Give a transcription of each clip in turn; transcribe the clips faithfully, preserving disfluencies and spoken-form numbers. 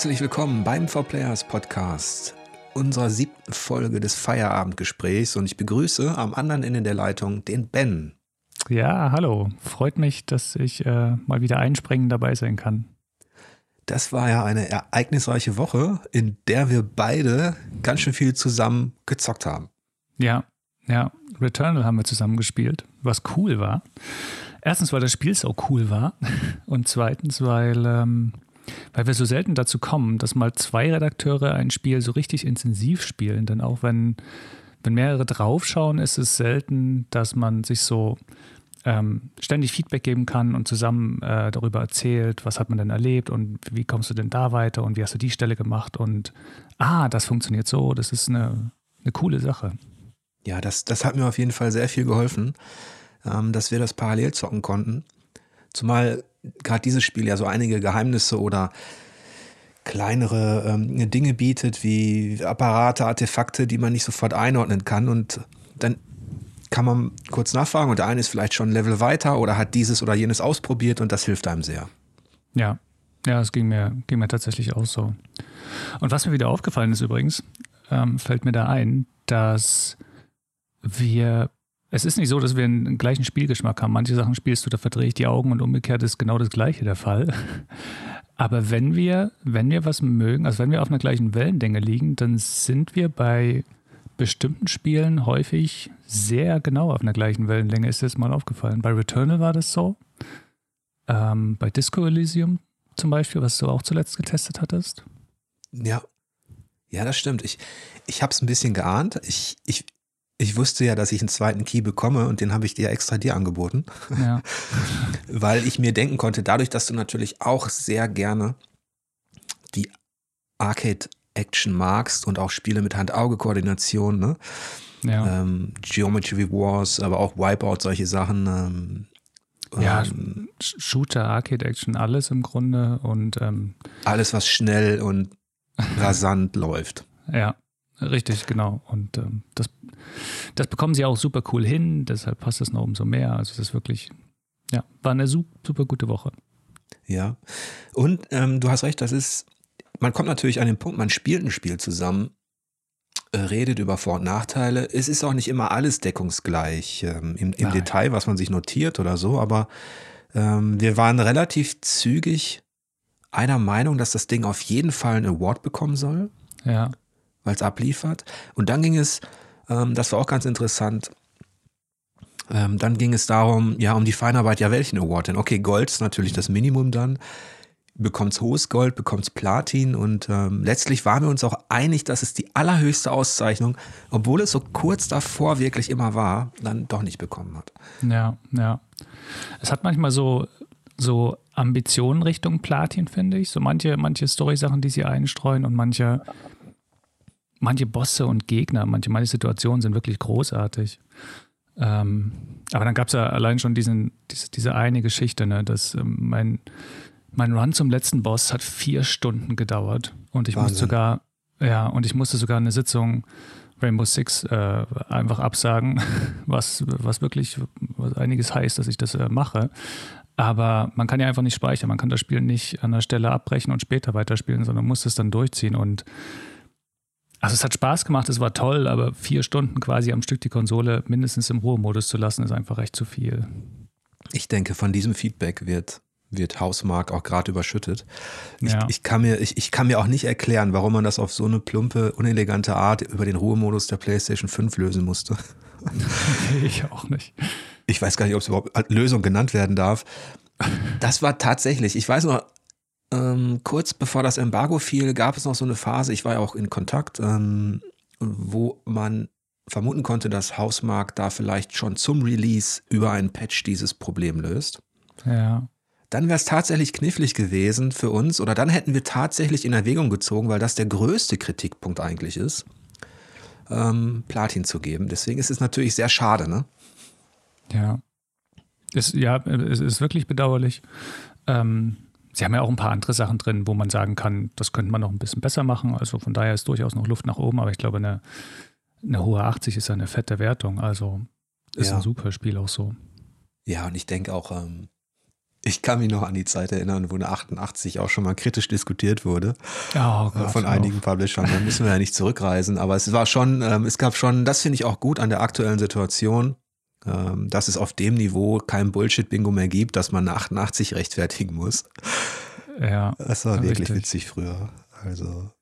Herzlich willkommen beim four Players Podcast, unserer siebten Folge des Feierabendgesprächs, und ich begrüße am anderen Ende der Leitung den Ben. Ja, hallo. Freut mich, dass ich äh, mal wieder einspringen dabei sein kann. Das war ja eine ereignisreiche Woche, in der wir beide ganz schön viel zusammen gezockt haben. Ja, ja. Returnal haben wir zusammen gespielt, was cool war. Erstens, weil das Spiel so cool war, und zweitens, weil, ähm, weil wir so selten dazu kommen, dass mal zwei Redakteure ein Spiel so richtig intensiv spielen. Denn auch wenn, wenn mehrere draufschauen, ist es selten, dass man sich so ähm, ständig Feedback geben kann und zusammen äh, darüber erzählt, was hat man denn erlebt und wie kommst du denn da weiter und wie hast du die Stelle gemacht und ah, das funktioniert so, das ist eine, eine coole Sache. Ja, das, das hat mir auf jeden Fall sehr viel geholfen, ähm, dass wir das parallel zocken konnten. Zumal gerade dieses Spiel ja so einige Geheimnisse oder kleinere ähm, Dinge bietet, wie Apparate, Artefakte, die man nicht sofort einordnen kann. Und dann kann man kurz nachfragen und der eine ist vielleicht schon ein Level weiter oder hat dieses oder jenes ausprobiert und das hilft einem sehr. Ja, ja, es ging mir, ging mir tatsächlich auch so. Und was mir wieder aufgefallen ist übrigens, ähm, fällt mir da ein, dass wir, es ist nicht so, dass wir einen gleichen Spielgeschmack haben. Manche Sachen spielst du, da verdrehe ich die Augen und umgekehrt ist genau das Gleiche der Fall. Aber wenn wir, wenn wir was mögen, also wenn wir auf einer gleichen Wellenlänge liegen, dann sind wir bei bestimmten Spielen häufig sehr genau auf einer gleichen Wellenlänge. Ist dir das mal aufgefallen? Bei Returnal war das so. Ähm, bei Disco Elysium zum Beispiel, was du auch zuletzt getestet hattest. Ja, ja, das stimmt. Ich, ich habe es ein bisschen geahnt. Ich, ich Ich wusste ja, dass ich einen zweiten Key bekomme und den habe ich dir extra dir angeboten, ja. Weil ich mir denken konnte, dadurch, dass du natürlich auch sehr gerne die Arcade-Action magst und auch Spiele mit Hand-Auge-Koordination, ne? Ja. ähm, Geometry Wars, aber auch Wipeout, solche Sachen. Ähm, Ja, ähm, Shooter, Arcade-Action, alles im Grunde und ähm, alles, was schnell und rasant läuft. Ja, richtig, genau. Und ähm, das, das bekommen sie auch super cool hin, deshalb passt es noch umso mehr. Also es ist wirklich, ja, war eine super, super gute Woche. Ja, und ähm, du hast recht, das ist, man kommt natürlich an den Punkt, man spielt ein Spiel zusammen, äh, redet über Vor- und Nachteile. Es ist auch nicht immer alles deckungsgleich ähm, im, im Detail, was man sich notiert oder so, aber ähm, wir waren relativ zügig einer Meinung, dass das Ding auf jeden Fall einen Award bekommen soll. Ja. Weil es abliefert. Und dann ging es, ähm, das war auch ganz interessant, ähm, dann ging es darum, ja, um die Feinarbeit, ja, welchen Award denn? Okay, Gold ist natürlich das Minimum dann, bekommt's hohes Gold, bekommt's Platin und ähm, letztlich waren wir uns auch einig, dass es die allerhöchste Auszeichnung, obwohl es so kurz davor wirklich immer war, dann doch nicht bekommen hat. Ja, ja. Es hat manchmal so, so Ambitionen Richtung Platin, finde ich. So manche, manche Story-Sachen, die sie einstreuen und manche Manche Bosse und Gegner, manche, manche Situationen sind wirklich großartig. Ähm, aber dann gab es ja allein schon diesen, diese, diese eine Geschichte, ne, dass ähm, mein, mein Run zum letzten Boss hat vier Stunden gedauert. Und ich musste sogar, ja, und ich musste sogar eine Sitzung Rainbow Six äh, einfach absagen, was, was wirklich was einiges heißt, dass ich das äh, mache. Aber man kann ja einfach nicht speichern, man kann das Spiel nicht an der Stelle abbrechen und später weiterspielen, sondern muss es dann durchziehen. Und also es hat Spaß gemacht, es war toll, aber vier Stunden quasi am Stück die Konsole mindestens im Ruhemodus zu lassen, ist einfach recht zu viel. Ich denke, von diesem Feedback wird, wird Housemarque auch gerade überschüttet. Ich, Ja. ich, kann mir, ich, ich kann mir auch nicht erklären, warum man das auf so eine plumpe, unelegante Art über den Ruhemodus der PlayStation fünf lösen musste. Ich auch nicht. Ich weiß gar nicht, ob es überhaupt als Lösung genannt werden darf. Das war tatsächlich, ich weiß noch, Ähm, kurz bevor das Embargo fiel, gab es noch so eine Phase, ich war ja auch in Kontakt, ähm, wo man vermuten konnte, dass Housemarque da vielleicht schon zum Release über einen Patch dieses Problem löst. Ja. Dann wäre es tatsächlich knifflig gewesen für uns, oder dann hätten wir tatsächlich in Erwägung gezogen, weil das der größte Kritikpunkt eigentlich ist, ähm, Platin zu geben. Deswegen ist es natürlich sehr schade, ne? Ja. Es, ja, es ist wirklich bedauerlich. Ähm, Sie haben ja auch ein paar andere Sachen drin, wo man sagen kann, das könnte man noch ein bisschen besser machen. Also von daher ist durchaus noch Luft nach oben. Aber ich glaube, eine, eine hohe achtzig ist ja eine fette Wertung. Also ist Ja. ein super Spiel auch so. Ja, und ich denke auch, ähm, Ich kann mich noch an die Zeit erinnern, wo eine achtundachtzig auch schon mal kritisch diskutiert wurde Oh Gott, von einigen Publishern. Da müssen wir ja nicht zurückreisen, aber es war schon, ähm, es gab schon, das finde ich auch gut an der aktuellen Situation, ähm, dass es auf dem Niveau kein Bullshit-Bingo mehr gibt, dass man eine achtundachtzig rechtfertigen muss. Ja, das war wirklich richtig. witzig früher. Also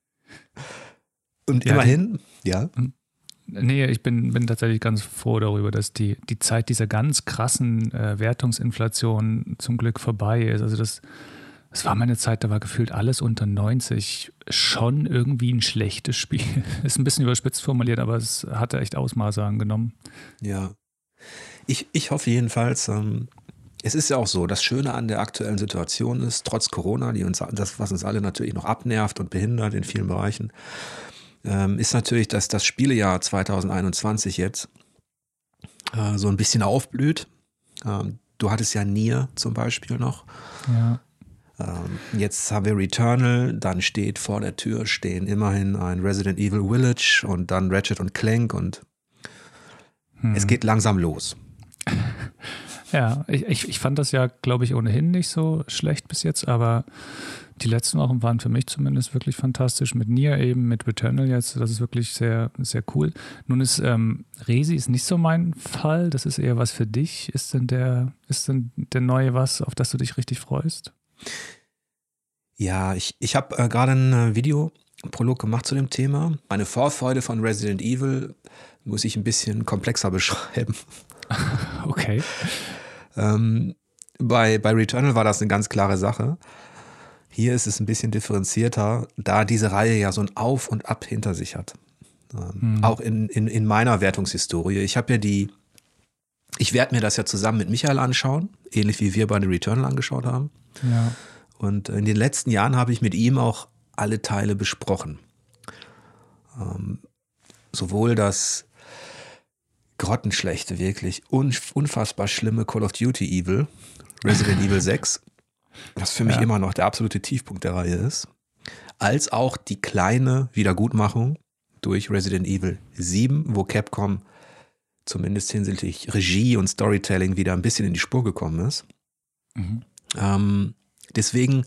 und Ja, immerhin, die, ja. Nee, ich bin, bin tatsächlich ganz froh darüber, dass die, die Zeit dieser ganz krassen äh, Wertungsinflation zum Glück vorbei ist. Also das, das war meine Zeit, da war gefühlt alles unter neunzig schon irgendwie ein schlechtes Spiel. Ist ein bisschen überspitzt formuliert, aber es hatte echt Ausmaße angenommen. Ja, ich, ich hoffe jedenfalls, ähm, es ist ja auch so, das Schöne an der aktuellen Situation ist, trotz Corona, die uns, das, was uns alle natürlich noch abnervt und behindert in vielen Bereichen, ähm, ist natürlich, dass das Spielejahr zwanzig einundzwanzig jetzt äh, so ein bisschen aufblüht. Ähm, du hattest ja Nier zum Beispiel noch. Ja. Ähm, jetzt haben wir Returnal, dann steht vor der Tür, stehen immerhin ein Resident Evil Village und dann Ratchet und Clank und hm. es geht langsam los. Ja, ich, ich, ich fand das ja, glaube ich, ohnehin nicht so schlecht bis jetzt, aber die letzten Wochen waren für mich zumindest wirklich fantastisch. Mit Nier eben, mit Returnal jetzt, das ist wirklich sehr, sehr cool. Nun ist ähm, Resi ist nicht so mein Fall, das ist eher was für dich. Ist denn der, ist denn der neue was, auf das du dich richtig freust? Ja, ich, ich habe äh, gerade ein Videoprolog gemacht zu dem Thema. Meine Vorfreude von Resident Evil muss ich ein bisschen komplexer beschreiben. Okay. ähm, bei, bei Returnal war das eine ganz klare Sache. Hier ist es ein bisschen differenzierter, da diese Reihe ja so ein Auf und Ab hinter sich hat. Ähm, mhm. Auch in, in, in meiner Wertungshistorie. Ich habe ja die, ich werde mir das ja zusammen mit Michael anschauen, ähnlich wie wir bei The Returnal angeschaut haben. Ja. Und in den letzten Jahren habe ich mit ihm auch alle Teile besprochen. Ähm, sowohl das grottenschlechte, wirklich unfassbar schlimme Call of Duty Evil, Resident Evil sechs, was für mich ja. immer noch der absolute Tiefpunkt der Reihe ist, als auch die kleine Wiedergutmachung durch Resident Evil sieben, wo Capcom zumindest hinsichtlich Regie und Storytelling wieder ein bisschen in die Spur gekommen ist. Mhm. Ähm, deswegen,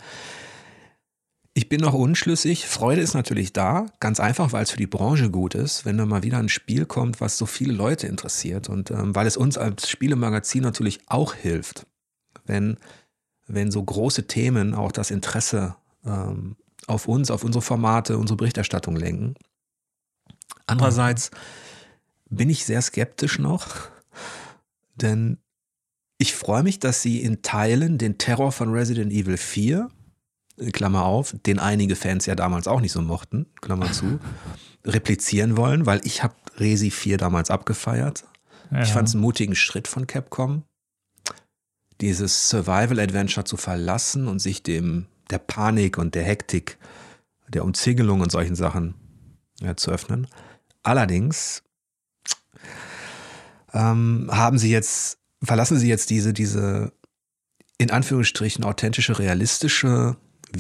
ich bin noch unschlüssig. Freude ist natürlich da, ganz einfach, weil es für die Branche gut ist, wenn da mal wieder ein Spiel kommt, was so viele Leute interessiert und ähm, weil es uns als Spielemagazin natürlich auch hilft, wenn, wenn so große Themen auch das Interesse ähm, auf uns, auf unsere Formate, unsere Berichterstattung lenken. Andererseits bin ich sehr skeptisch noch, denn ich freue mich, dass sie in Teilen den Terror von Resident Evil vier, Klammer auf, den einige Fans ja damals auch nicht so mochten, Klammer zu, replizieren wollen, weil ich habe Resi vier damals abgefeiert. Ja. Ich fand es einen mutigen Schritt von Capcom, dieses Survival-Adventure zu verlassen und sich dem der Panik und der Hektik, der Umzingelung und solchen Sachen ja, zu öffnen. Allerdings ähm, haben sie jetzt, verlassen sie jetzt diese, diese in Anführungsstrichen authentische, realistische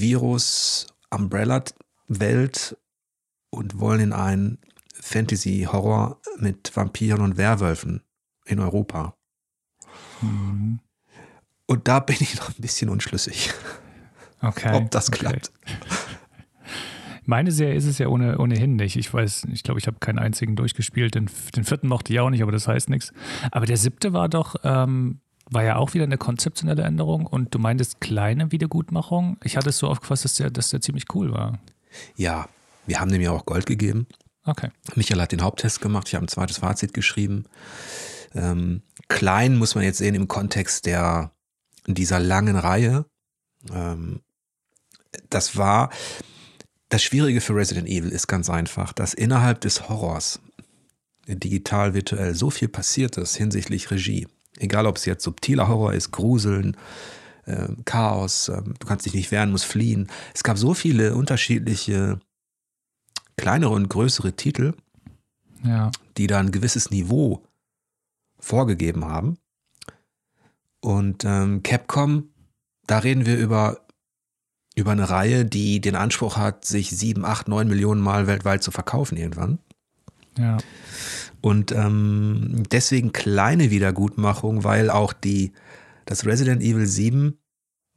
Virus-Umbrella-Welt und wollen in einen Fantasy-Horror mit Vampiren und Werwölfen in Europa. Mhm. Und da bin ich noch ein bisschen unschlüssig, okay, ob das okay. klappt. Meine Serie ist es ja ohne, ohnehin nicht. Ich weiß, ich glaube, ich habe keinen einzigen durchgespielt. Den, den vierten mochte ich auch nicht, aber das heißt nichts. Aber der siebte war doch, ähm, war ja auch wieder eine konzeptionelle Änderung und du meintest kleine Wiedergutmachung. Ich hatte es so aufgefasst, dass der, dass der ziemlich cool war. Ja, wir haben dem ja auch Gold gegeben. Okay. Michael hat den Haupttest gemacht, ich habe ein zweites Fazit geschrieben. Ähm, klein muss man jetzt sehen im Kontext der dieser langen Reihe. Ähm, das war, das Schwierige für Resident Evil ist ganz einfach, dass innerhalb des Horrors digital, virtuell so viel passiert ist hinsichtlich Regie. Egal, ob es jetzt subtiler Horror ist, Gruseln, äh, Chaos, äh, du kannst dich nicht wehren, musst fliehen. Es gab so viele unterschiedliche kleinere und größere Titel, ja. die da ein gewisses Niveau vorgegeben haben. Und ähm, Capcom, da reden wir über, über eine Reihe, die den Anspruch hat, sich sieben, acht, neun Millionen Mal weltweit zu verkaufen irgendwann. Ja. Und ähm, deswegen kleine Wiedergutmachung, weil auch die, das Resident Evil sieben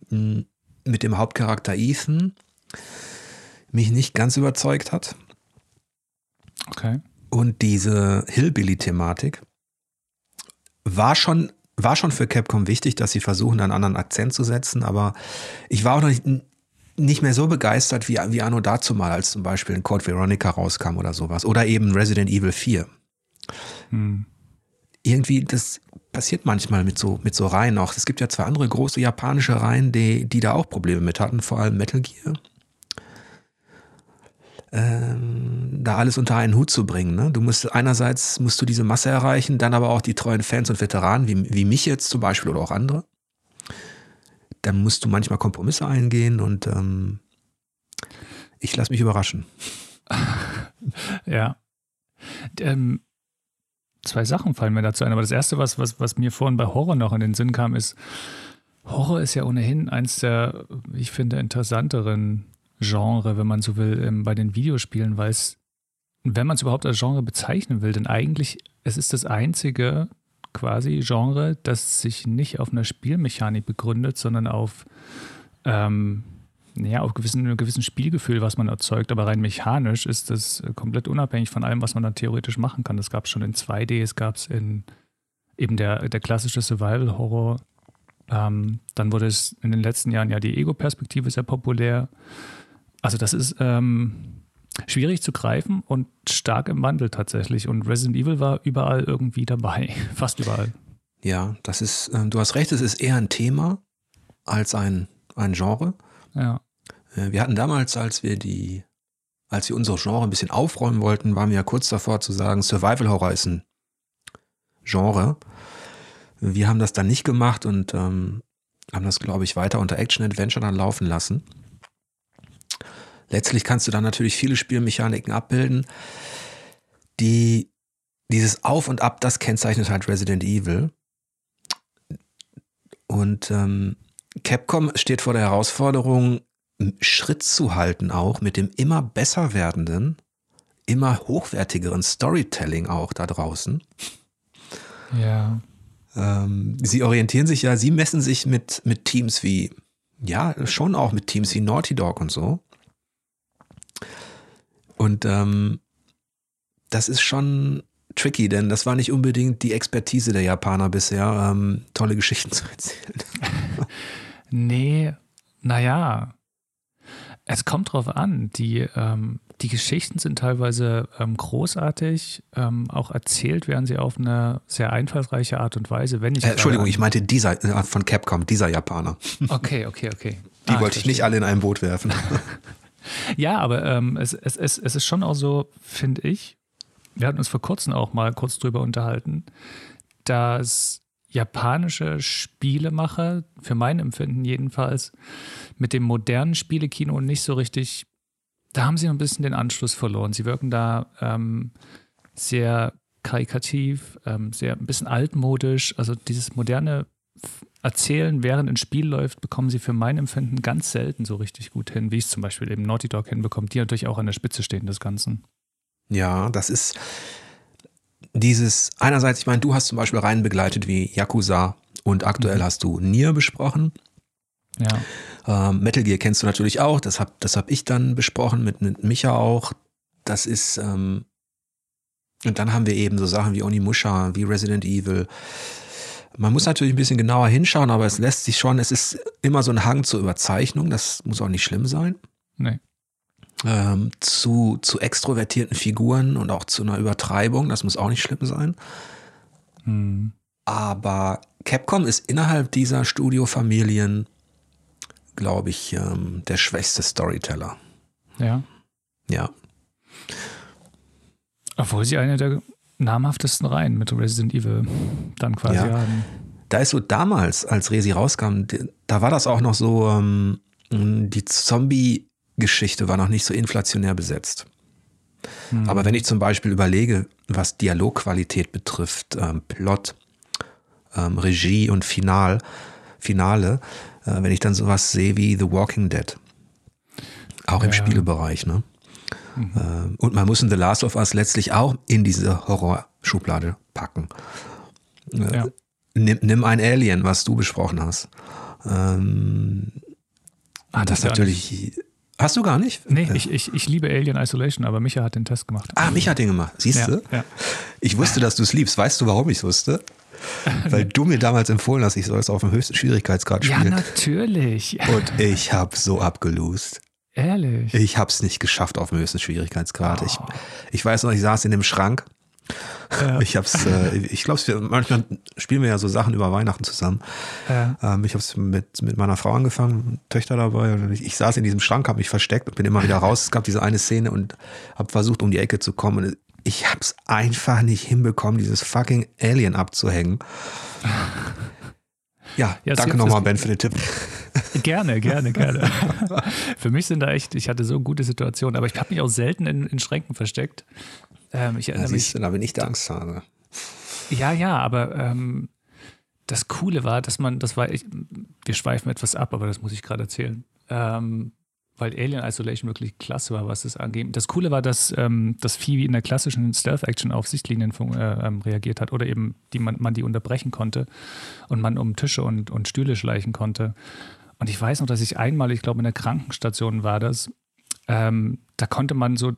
mit dem Hauptcharakter Ethan mich nicht ganz überzeugt hat. Okay. Und diese Hillbilly-Thematik war schon, war schon für Capcom wichtig, dass sie versuchen, einen anderen Akzent zu setzen, aber ich war auch noch nicht, nicht mehr so begeistert wie, wie anno dazu mal, als zum Beispiel ein Code Veronica rauskam oder sowas. Oder eben Resident Evil vier. Hm. Irgendwie, das passiert manchmal mit so, mit so Reihen auch. Es gibt ja zwei andere große japanische Reihen, die, die da auch Probleme mit hatten, vor allem Metal Gear. Ähm, da alles unter einen Hut zu bringen. Ne? Du musst einerseits musst du diese Masse erreichen, dann aber auch die treuen Fans und Veteranen, wie, wie mich jetzt zum Beispiel oder auch andere. Dann musst du manchmal Kompromisse eingehen und ähm, ich lasse mich überraschen. Ja. Ähm, zwei Sachen fallen mir dazu ein, aber das erste, was, was, was mir vorhin bei Horror noch in den Sinn kam, ist, Horror ist ja ohnehin eins der, ich finde, interessanteren Genre, wenn man so will, ähm, bei den Videospielen, weil es, wenn man es überhaupt als Genre bezeichnen will, denn eigentlich, es ist das einzige quasi Genre, das sich nicht auf einer Spielmechanik begründet, sondern auf, ähm, ja, auf gewissen, einem gewissen Spielgefühl, was man erzeugt, aber rein mechanisch ist das komplett unabhängig von allem, was man dann theoretisch machen kann. Das gab es schon in zwei D, es gab es in eben der, der klassische Survival-Horror. Ähm, dann wurde es in den letzten Jahren ja die Ego-Perspektive sehr populär. Also das ist ähm, schwierig zu greifen und stark im Wandel tatsächlich. Und Resident Evil war überall irgendwie dabei, fast überall. Ja, das ist, äh, du hast recht, es ist eher ein Thema als ein, ein Genre. Ja. Äh, wir hatten damals, als wir die, als wir unsere Genre ein bisschen aufräumen wollten, waren wir ja kurz davor zu sagen, Survival Horror ist ein Genre. Wir haben das dann nicht gemacht und ähm, haben das, glaube ich, weiter unter Action Adventure dann laufen lassen. Letztlich kannst du dann natürlich viele Spielmechaniken abbilden, die dieses Auf und Ab, das kennzeichnet halt Resident Evil. Und ähm, Capcom steht vor der Herausforderung, Schritt zu halten auch mit dem immer besser werdenden, immer hochwertigeren Storytelling auch da draußen. Ja. Ähm, sie orientieren sich ja, sie messen sich mit, mit Teams wie, ja, schon auch mit Teams wie Naughty Dog und so. Und ähm, das ist schon tricky, denn das war nicht unbedingt die Expertise der Japaner bisher, ähm, tolle Geschichten zu erzählen. Nee, naja, es kommt drauf an. Die, ähm, die Geschichten sind teilweise ähm, großartig, ähm, auch erzählt werden sie auf eine sehr einfallsreiche Art und Weise. Wenn ich äh, Entschuldigung, ich meinte dieser äh, von Capcom, dieser Japaner. Okay, okay, okay. Die ah, wollte ich, ich nicht alle in ein Boot werfen. Ja, aber ähm, es, es, es, es ist schon auch so, finde ich, wir hatten uns vor kurzem auch mal kurz drüber unterhalten, dass japanische Spielemacher, für mein Empfinden jedenfalls, mit dem modernen Spielekino nicht so richtig, da haben sie noch ein bisschen den Anschluss verloren. Sie wirken da ähm, sehr karikativ, ähm, sehr ein bisschen altmodisch. Also dieses moderne Erzählen, während ein Spiel läuft, bekommen sie für mein Empfinden ganz selten so richtig gut hin, wie es zum Beispiel eben Naughty Dog hinbekommt, die natürlich auch an der Spitze stehen des Ganzen. Ja, das ist dieses, einerseits, ich meine, du hast zum Beispiel Reihen begleitet wie Yakuza und aktuell mhm. hast du Nier besprochen. Ja. Ähm, Metal Gear kennst du natürlich auch, das habe das hab ich dann besprochen, mit, mit Micha auch. Das ist, ähm, und dann haben wir eben so Sachen wie Onimusha, wie Resident Evil. Man muss natürlich ein bisschen genauer hinschauen, aber es lässt sich schon, es ist immer so ein Hang zur Überzeichnung, das muss auch nicht schlimm sein. Nee. Ähm, zu, zu extrovertierten Figuren und auch zu einer Übertreibung, das muss auch nicht schlimm sein. Hm. Aber Capcom ist innerhalb dieser Studiofamilien, glaube ich, ähm, der schwächste Storyteller. Ja. Ja. Obwohl sie eine der namhaftesten Reihen mit Resident Evil dann quasi ja. haben. Da ist so damals, als Resi rauskam, da war das auch noch so, ähm, die Zombie-Geschichte war noch nicht so inflationär besetzt. Hm. Aber wenn ich zum Beispiel überlege, was Dialogqualität betrifft, ähm, Plot, ähm, Regie und Final, Finale, äh, wenn ich dann sowas sehe wie The Walking Dead, auch ja. im Spielebereich, ne? Mhm. Ähm, und man muss in The Last of Us letztlich auch in diese Horrorschublade packen. Äh, ja. nimm, nimm ein Alien, was du besprochen hast. Ähm, ah, das natürlich. Hast du gar nicht? Nee, ich, ich, ich liebe Alien Isolation, aber Micha hat den Test gemacht. Ah, Micha hat den gemacht. Siehst ja, du? Ja. Ich wusste, dass du es liebst. Weißt du, warum ich es wusste? Weil du mir damals empfohlen hast, ich soll es auf dem höchsten Schwierigkeitsgrad spielen. Ja, natürlich. Und ich habe so abgelost. Ehrlich? Ich habe es nicht geschafft auf dem höchsten Schwierigkeitsgrad. Oh. Ich, ich weiß noch, ich saß in dem Schrank. Ja. Ich hab's, äh, ich glaube, manchmal spielen wir ja so Sachen über Weihnachten zusammen. Ja. Ähm, ich habe es mit, mit meiner Frau angefangen, Töchter dabei. Und ich, ich saß in diesem Schrank, habe mich versteckt und bin immer wieder raus. Es gab diese eine Szene und habe versucht, um die Ecke zu kommen. Und ich habe es einfach nicht hinbekommen, dieses fucking Alien abzuhängen. Ja, ja danke nochmal, Ben, für den Tipp. Gerne, gerne, gerne. Für mich sind da echt, ich hatte so gute Situationen, aber ich habe mich auch selten in, in Schränken versteckt. Ähm, ich erinnere ja, mich, du, da bin ich der Angst habe. Ja, ja, aber ähm, das Coole war, dass man, das war, ich, wir schweifen etwas ab, aber das muss ich gerade erzählen. Ähm, weil Alien Isolation wirklich klasse war, was es angeht. Das Coole war, dass ähm, das Vieh wie in der klassischen Stealth-Action auf Sichtlinien äh, ähm, reagiert hat oder eben die man, man die unterbrechen konnte und man um Tische und, und Stühle schleichen konnte. Und ich weiß noch, dass ich einmal, ich glaube in der Krankenstation war das, ähm, da konnte man so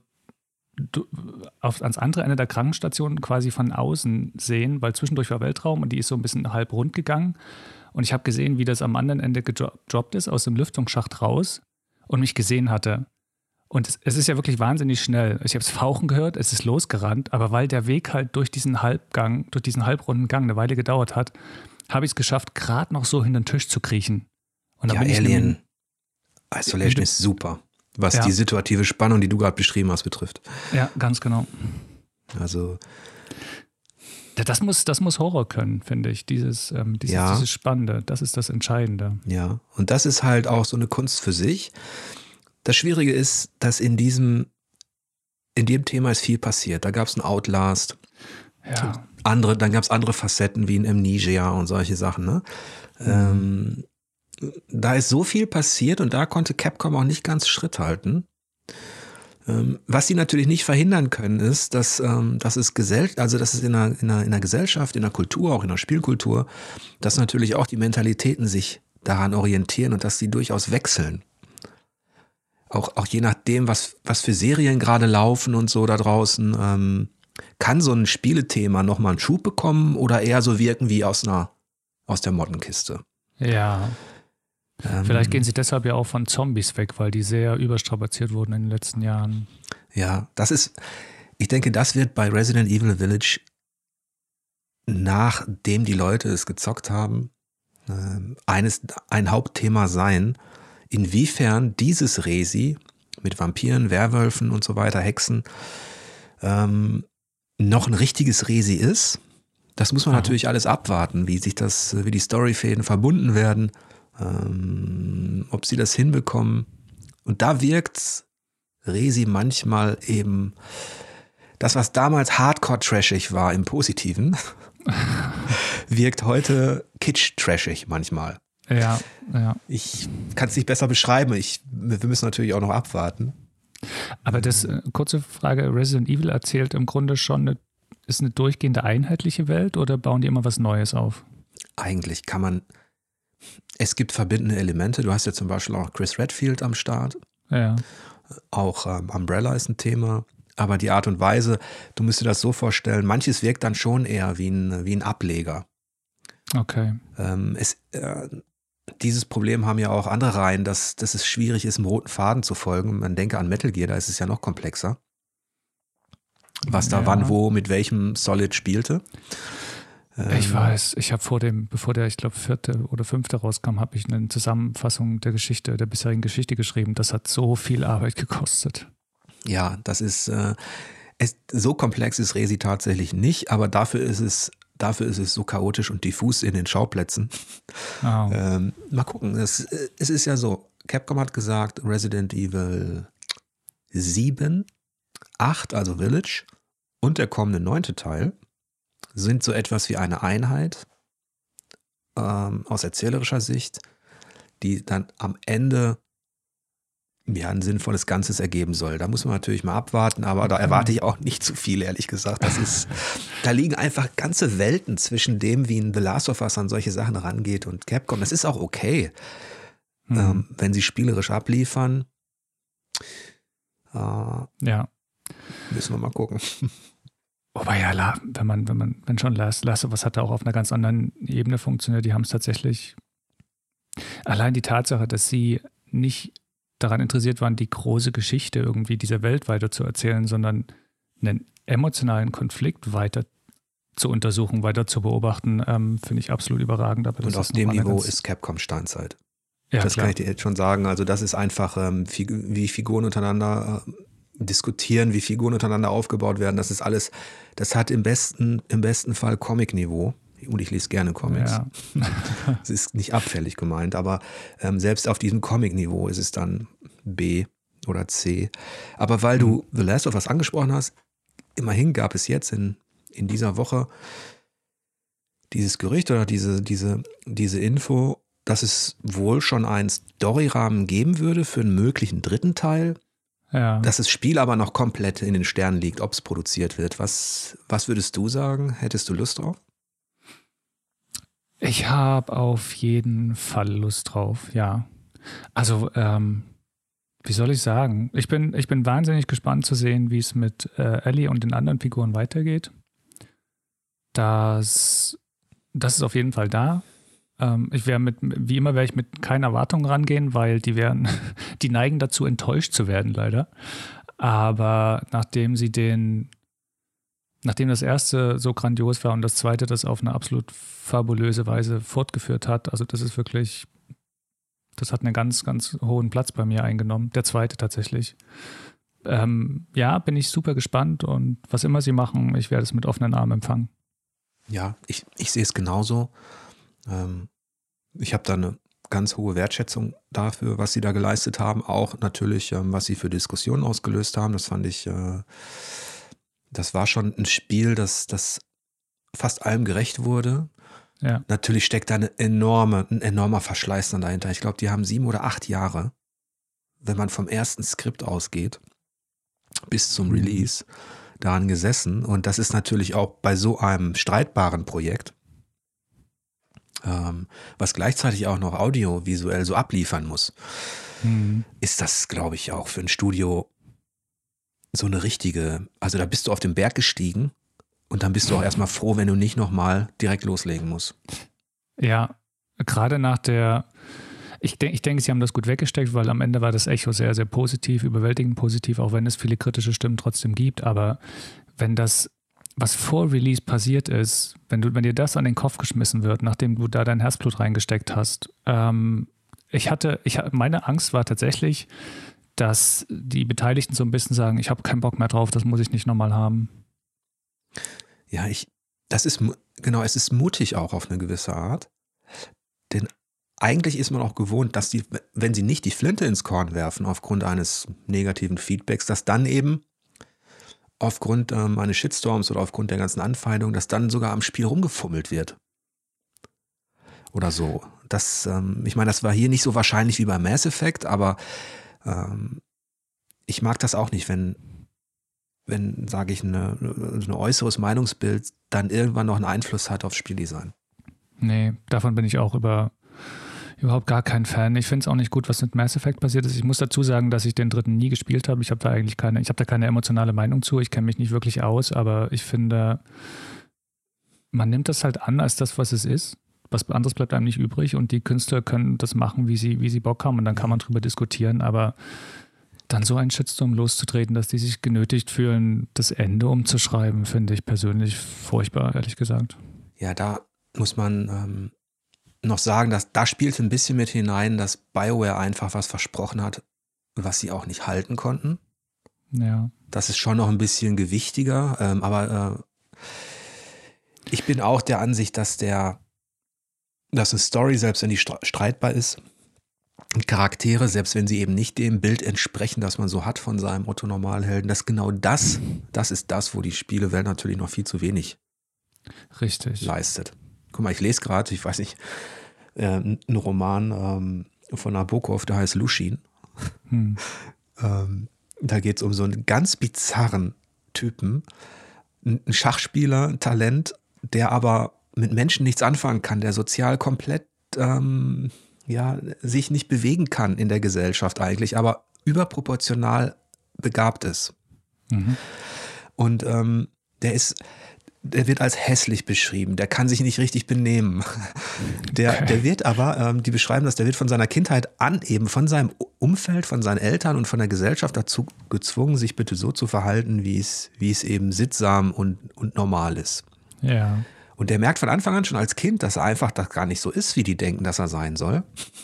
auf, ans andere Ende der Krankenstation quasi von außen sehen, weil zwischendurch war Weltraum und die ist so ein bisschen halb rund gegangen. Und ich habe gesehen, wie das am anderen Ende gedroppt ist, aus dem Lüftungsschacht raus und mich gesehen hatte. Und es, es ist ja wirklich wahnsinnig schnell. Ich habe es fauchen gehört, es ist losgerannt, aber weil der Weg halt durch diesen Halbgang, durch diesen halbrunden Gang eine Weile gedauert hat, habe ich es geschafft, gerade noch so hinter den Tisch zu kriechen. Und ja, Alien Isolation ist super, was ja. die situative Spannung, die du gerade beschrieben hast, betrifft. Ja, ganz genau. Also das muss, das muss Horror können, finde ich. Dieses, ähm, dieses, ja. dieses Spannende, das ist das Entscheidende. Ja, und das ist halt auch so eine Kunst für sich. Das Schwierige ist, dass in diesem, in dem Thema ist viel passiert. Da gab es einen Outlast. Ja. Andere, dann gab es andere Facetten wie ein Amnesia und solche Sachen. Ne? Mhm. Ähm, da ist so viel passiert und da konnte Capcom auch nicht ganz Schritt halten. Ähm, was sie natürlich nicht verhindern können, ist, dass, ähm, dass es Gesell- also dass es in einer, in, einer, in einer Gesellschaft, in der Kultur, auch in der Spielkultur, dass natürlich auch die Mentalitäten sich daran orientieren und dass sie durchaus wechseln. Auch, auch je nachdem, was, was für Serien gerade laufen und so da draußen, ähm, kann so ein Spielethema nochmal einen Schub bekommen oder eher so wirken wie aus einer, aus der Mottenkiste. Ja. Ähm, Vielleicht gehen sie deshalb ja auch von Zombies weg, weil die sehr überstrapaziert wurden in den letzten Jahren. Ja, das ist, ich denke, das wird bei Resident Evil Village, nachdem die Leute es gezockt haben, äh, eines, ein Hauptthema sein, inwiefern dieses Resi mit Vampiren, Werwölfen und so weiter, Hexen, ähm, noch ein richtiges Resi ist. Das muss man Aha. natürlich alles abwarten, wie sich das, wie die Storyfäden verbunden werden, ähm, ob sie das hinbekommen. Und da wirkt Resi manchmal eben das, was damals Hardcore-trashig war im Positiven, wirkt heute kitsch-trashig manchmal. Ja, ja. Ich kann es nicht besser beschreiben. Ich, wir müssen natürlich auch noch abwarten. Aber das, äh, kurze Frage, Resident Evil erzählt im Grunde schon, eine, ist eine durchgehende einheitliche Welt oder bauen die immer was Neues auf? Eigentlich kann man, es gibt verbindende Elemente. Du hast ja zum Beispiel auch Chris Redfield am Start. Ja. Auch ähm, Umbrella ist ein Thema. Aber die Art und Weise, du müsst dir das so vorstellen, manches wirkt dann schon eher wie ein, wie ein Ableger. Okay. Ähm, es, äh, dieses Problem haben ja auch andere Reihen, dass, dass es schwierig ist, einem roten Faden zu folgen. Man denke an Metal Gear, da ist es ja noch komplexer. Was da ja. wann, wo, mit welchem Solid spielte. Ich weiß, ich habe vor dem, bevor der, ich glaube, vierte oder fünfte rauskam, habe ich eine Zusammenfassung der Geschichte, der bisherigen Geschichte geschrieben. Das hat so viel Arbeit gekostet. Ja, das ist, äh, es, so komplex ist Resi tatsächlich nicht, aber dafür ist es, dafür ist es so chaotisch und diffus in den Schauplätzen. Oh. Ähm, mal gucken, es, es ist ja so, Capcom hat gesagt, Resident Evil sieben, acht, also Village und der kommende neunte Teil sind so etwas wie eine Einheit ähm, aus erzählerischer Sicht, die dann am Ende ja, ein sinnvolles Ganzes ergeben soll. Da muss man natürlich mal abwarten, aber da erwarte ich auch nicht zu viel, ehrlich gesagt. Das ist, da liegen einfach ganze Welten zwischen dem, wie ein The Last of Us an solche Sachen rangeht und Capcom. Das ist auch okay, mhm. ähm, wenn sie spielerisch abliefern. Äh, ja. Müssen wir mal gucken. Wobei ja, wenn man, wenn man, wenn schon Last, Last of Us hat auch auf einer ganz anderen Ebene funktioniert, die haben es tatsächlich, allein die Tatsache, dass sie nicht daran interessiert waren, die große Geschichte irgendwie dieser Welt weiter zu erzählen, sondern einen emotionalen Konflikt weiter zu untersuchen, weiter zu beobachten, ähm, finde ich absolut überragend. Aber das und auf dem Niveau ist Capcom Steinzeit. Ja, das klar. Kann ich dir jetzt schon sagen. Also das ist einfach, ähm, wie Figuren untereinander äh, diskutieren, wie Figuren untereinander aufgebaut werden. Das ist alles, das hat im besten, im besten Fall Comic-Niveau. Und ich lese gerne Comics. Ja. Es ist nicht abfällig gemeint, aber ähm, selbst auf diesem Comic-Niveau ist es dann B oder C. Aber weil mhm. du The Last of Us angesprochen hast, immerhin gab es jetzt in, in dieser Woche dieses Gerücht oder diese, diese, diese Info, dass es wohl schon einen Storyrahmen geben würde für einen möglichen dritten Teil. Ja. Dass das Spiel aber noch komplett in den Sternen liegt, ob es produziert wird. Was, was würdest du sagen? Hättest du Lust drauf? Ich habe auf jeden Fall Lust drauf, ja. Also, ähm, wie soll ich sagen? Ich bin, ich bin wahnsinnig gespannt zu sehen, wie es mit äh, Ellie und den anderen Figuren weitergeht. Das, das ist auf jeden Fall da. Ähm, ich wäre mit, wie immer, werde ich mit keiner Erwartung rangehen, weil die werden, die neigen dazu, enttäuscht zu werden, leider. Aber nachdem sie den Nachdem das erste so grandios war und das zweite das auf eine absolut fabulöse Weise fortgeführt hat, also das ist wirklich, das hat einen ganz, ganz hohen Platz bei mir eingenommen, der zweite tatsächlich. Ähm, ja, bin ich super gespannt und was immer sie machen, ich werde es mit offenen Armen empfangen. Ja, ich, ich sehe es genauso. Ähm, ich habe da eine ganz hohe Wertschätzung dafür, was sie da geleistet haben, auch natürlich, ähm, was sie für Diskussionen ausgelöst haben, das fand ich... Äh, Das war schon ein Spiel, das, das fast allem gerecht wurde. Ja. Natürlich steckt da eine enorme, ein enormer Verschleiß dann dahinter. Ich glaube, die haben sieben oder acht Jahre, wenn man vom ersten Skript ausgeht, bis zum Release daran gesessen. Und das ist natürlich auch bei so einem streitbaren Projekt, ähm, was gleichzeitig auch noch audiovisuell so abliefern muss, mhm. ist das, glaube ich, auch für ein Studio so eine richtige, also da bist du auf den Berg gestiegen und dann bist du auch erstmal froh, wenn du nicht nochmal direkt loslegen musst. Ja, gerade nach der, ich, denk, ich denke, sie haben das gut weggesteckt, weil am Ende war das Echo sehr, sehr positiv, überwältigend positiv, auch wenn es viele kritische Stimmen trotzdem gibt, aber wenn das, was vor Release passiert ist, wenn du, wenn dir das an den Kopf geschmissen wird, nachdem du da dein Herzblut reingesteckt hast, ähm, ich hatte, ich, meine Angst war tatsächlich, dass die Beteiligten so ein bisschen sagen, ich habe keinen Bock mehr drauf, das muss ich nicht nochmal haben. Ja, ich, das ist, genau, es ist mutig auch auf eine gewisse Art, denn eigentlich ist man auch gewohnt, dass die, wenn sie nicht die Flinte ins Korn werfen aufgrund eines negativen Feedbacks, dass dann eben aufgrund ähm, eines Shitstorms oder aufgrund der ganzen Anfeindung, dass dann sogar am Spiel rumgefummelt wird. Oder so. Das, ähm, ich meine, das war hier nicht so wahrscheinlich wie bei Mass Effect, aber ich mag das auch nicht, wenn, wenn, sage ich, eine, ein äußeres Meinungsbild dann irgendwann noch einen Einfluss hat aufs Spieldesign. Nee, davon bin ich auch über, überhaupt gar kein Fan. Ich finde es auch nicht gut, was mit Mass Effect passiert ist. Ich muss dazu sagen, dass ich den dritten nie gespielt habe. Ich habe da eigentlich keine, ich habe da keine emotionale Meinung zu. Ich kenne mich nicht wirklich aus, aber ich finde, man nimmt das halt an als das, was es ist. Was anderes bleibt einem nicht übrig und die Künstler können das machen, wie sie, wie sie Bock haben und dann kann man drüber diskutieren, aber dann so einen Shitstorm loszutreten, dass die sich genötigt fühlen, das Ende umzuschreiben, finde ich persönlich furchtbar, ehrlich gesagt. Ja, da muss man ähm, noch sagen, dass da spielt ein bisschen mit hinein, dass BioWare einfach was versprochen hat, was sie auch nicht halten konnten. Ja. Das ist schon noch ein bisschen gewichtiger, ähm, aber äh, ich bin auch der Ansicht, dass der dass eine Story, selbst wenn die streitbar ist, und Charaktere, selbst wenn sie eben nicht dem Bild entsprechen, das man so hat von seinem Otto-Normalhelden, dass genau das, das ist das, wo die Spielewelt natürlich noch viel zu wenig Richtig. leistet. Guck mal, ich lese gerade, ich weiß nicht, äh, einen Roman ähm, von Nabokov, der heißt Lushin. Hm. ähm, da geht es um so einen ganz bizarren Typen, ein Schachspieler, ein Talent, der aber mit Menschen nichts anfangen kann, der sozial komplett ähm, ja, sich nicht bewegen kann in der Gesellschaft eigentlich, aber überproportional begabt ist. Mhm. Und ähm, der ist, der wird als hässlich beschrieben, der kann sich nicht richtig benehmen. Der, Okay. der wird aber, ähm, die beschreiben das, der wird von seiner Kindheit an eben von seinem Umfeld, von seinen Eltern und von der Gesellschaft dazu gezwungen, sich bitte so zu verhalten, wie es, wie es eben sittsam und, und normal ist. Ja. Und der merkt von Anfang an schon als Kind, dass er einfach das gar nicht so ist, wie die denken, dass er sein soll.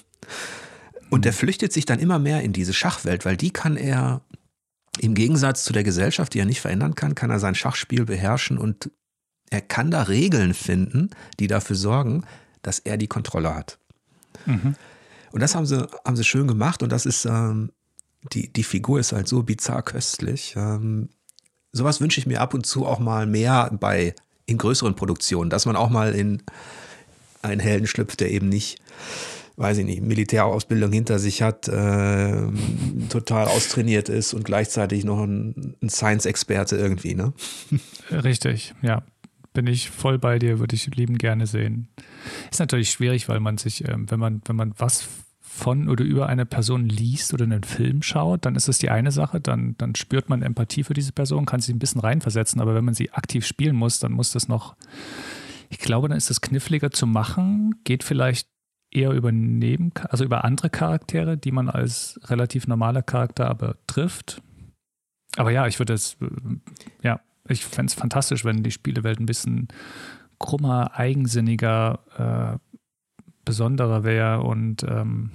Und der flüchtet sich dann immer mehr in diese Schachwelt, weil die kann er, im Gegensatz zu der Gesellschaft, die er nicht verändern kann, kann er sein Schachspiel beherrschen und er kann da Regeln finden, die dafür sorgen, dass er die Kontrolle hat. Mhm. Und das haben sie, haben sie schön gemacht und das ist, ähm, die, die Figur ist halt so bizarr köstlich. Ähm, sowas wünsche ich mir ab und zu auch mal mehr bei, in größeren Produktionen, dass man auch mal in einen Helden schlüpft, der eben nicht, weiß ich nicht, Militärausbildung hinter sich hat, äh, total austrainiert ist und gleichzeitig noch ein, ein Science-Experte irgendwie, ne? Richtig, ja. Bin ich voll bei dir, würde ich liebend gerne sehen. Ist natürlich schwierig, weil man sich, ähm, wenn man, wenn man was von oder über eine Person liest oder einen Film schaut, dann ist es die eine Sache, dann, dann spürt man Empathie für diese Person, kann sich ein bisschen reinversetzen, aber wenn man sie aktiv spielen muss, dann muss das noch, ich glaube, dann ist das kniffliger zu machen, geht vielleicht eher über Neben, also über andere Charaktere, die man als relativ normaler Charakter aber trifft. Aber ja, ich würde es, ja, ich fände es fantastisch, wenn die Spielewelt ein bisschen krummer, eigensinniger, äh, besonderer wäre und ähm,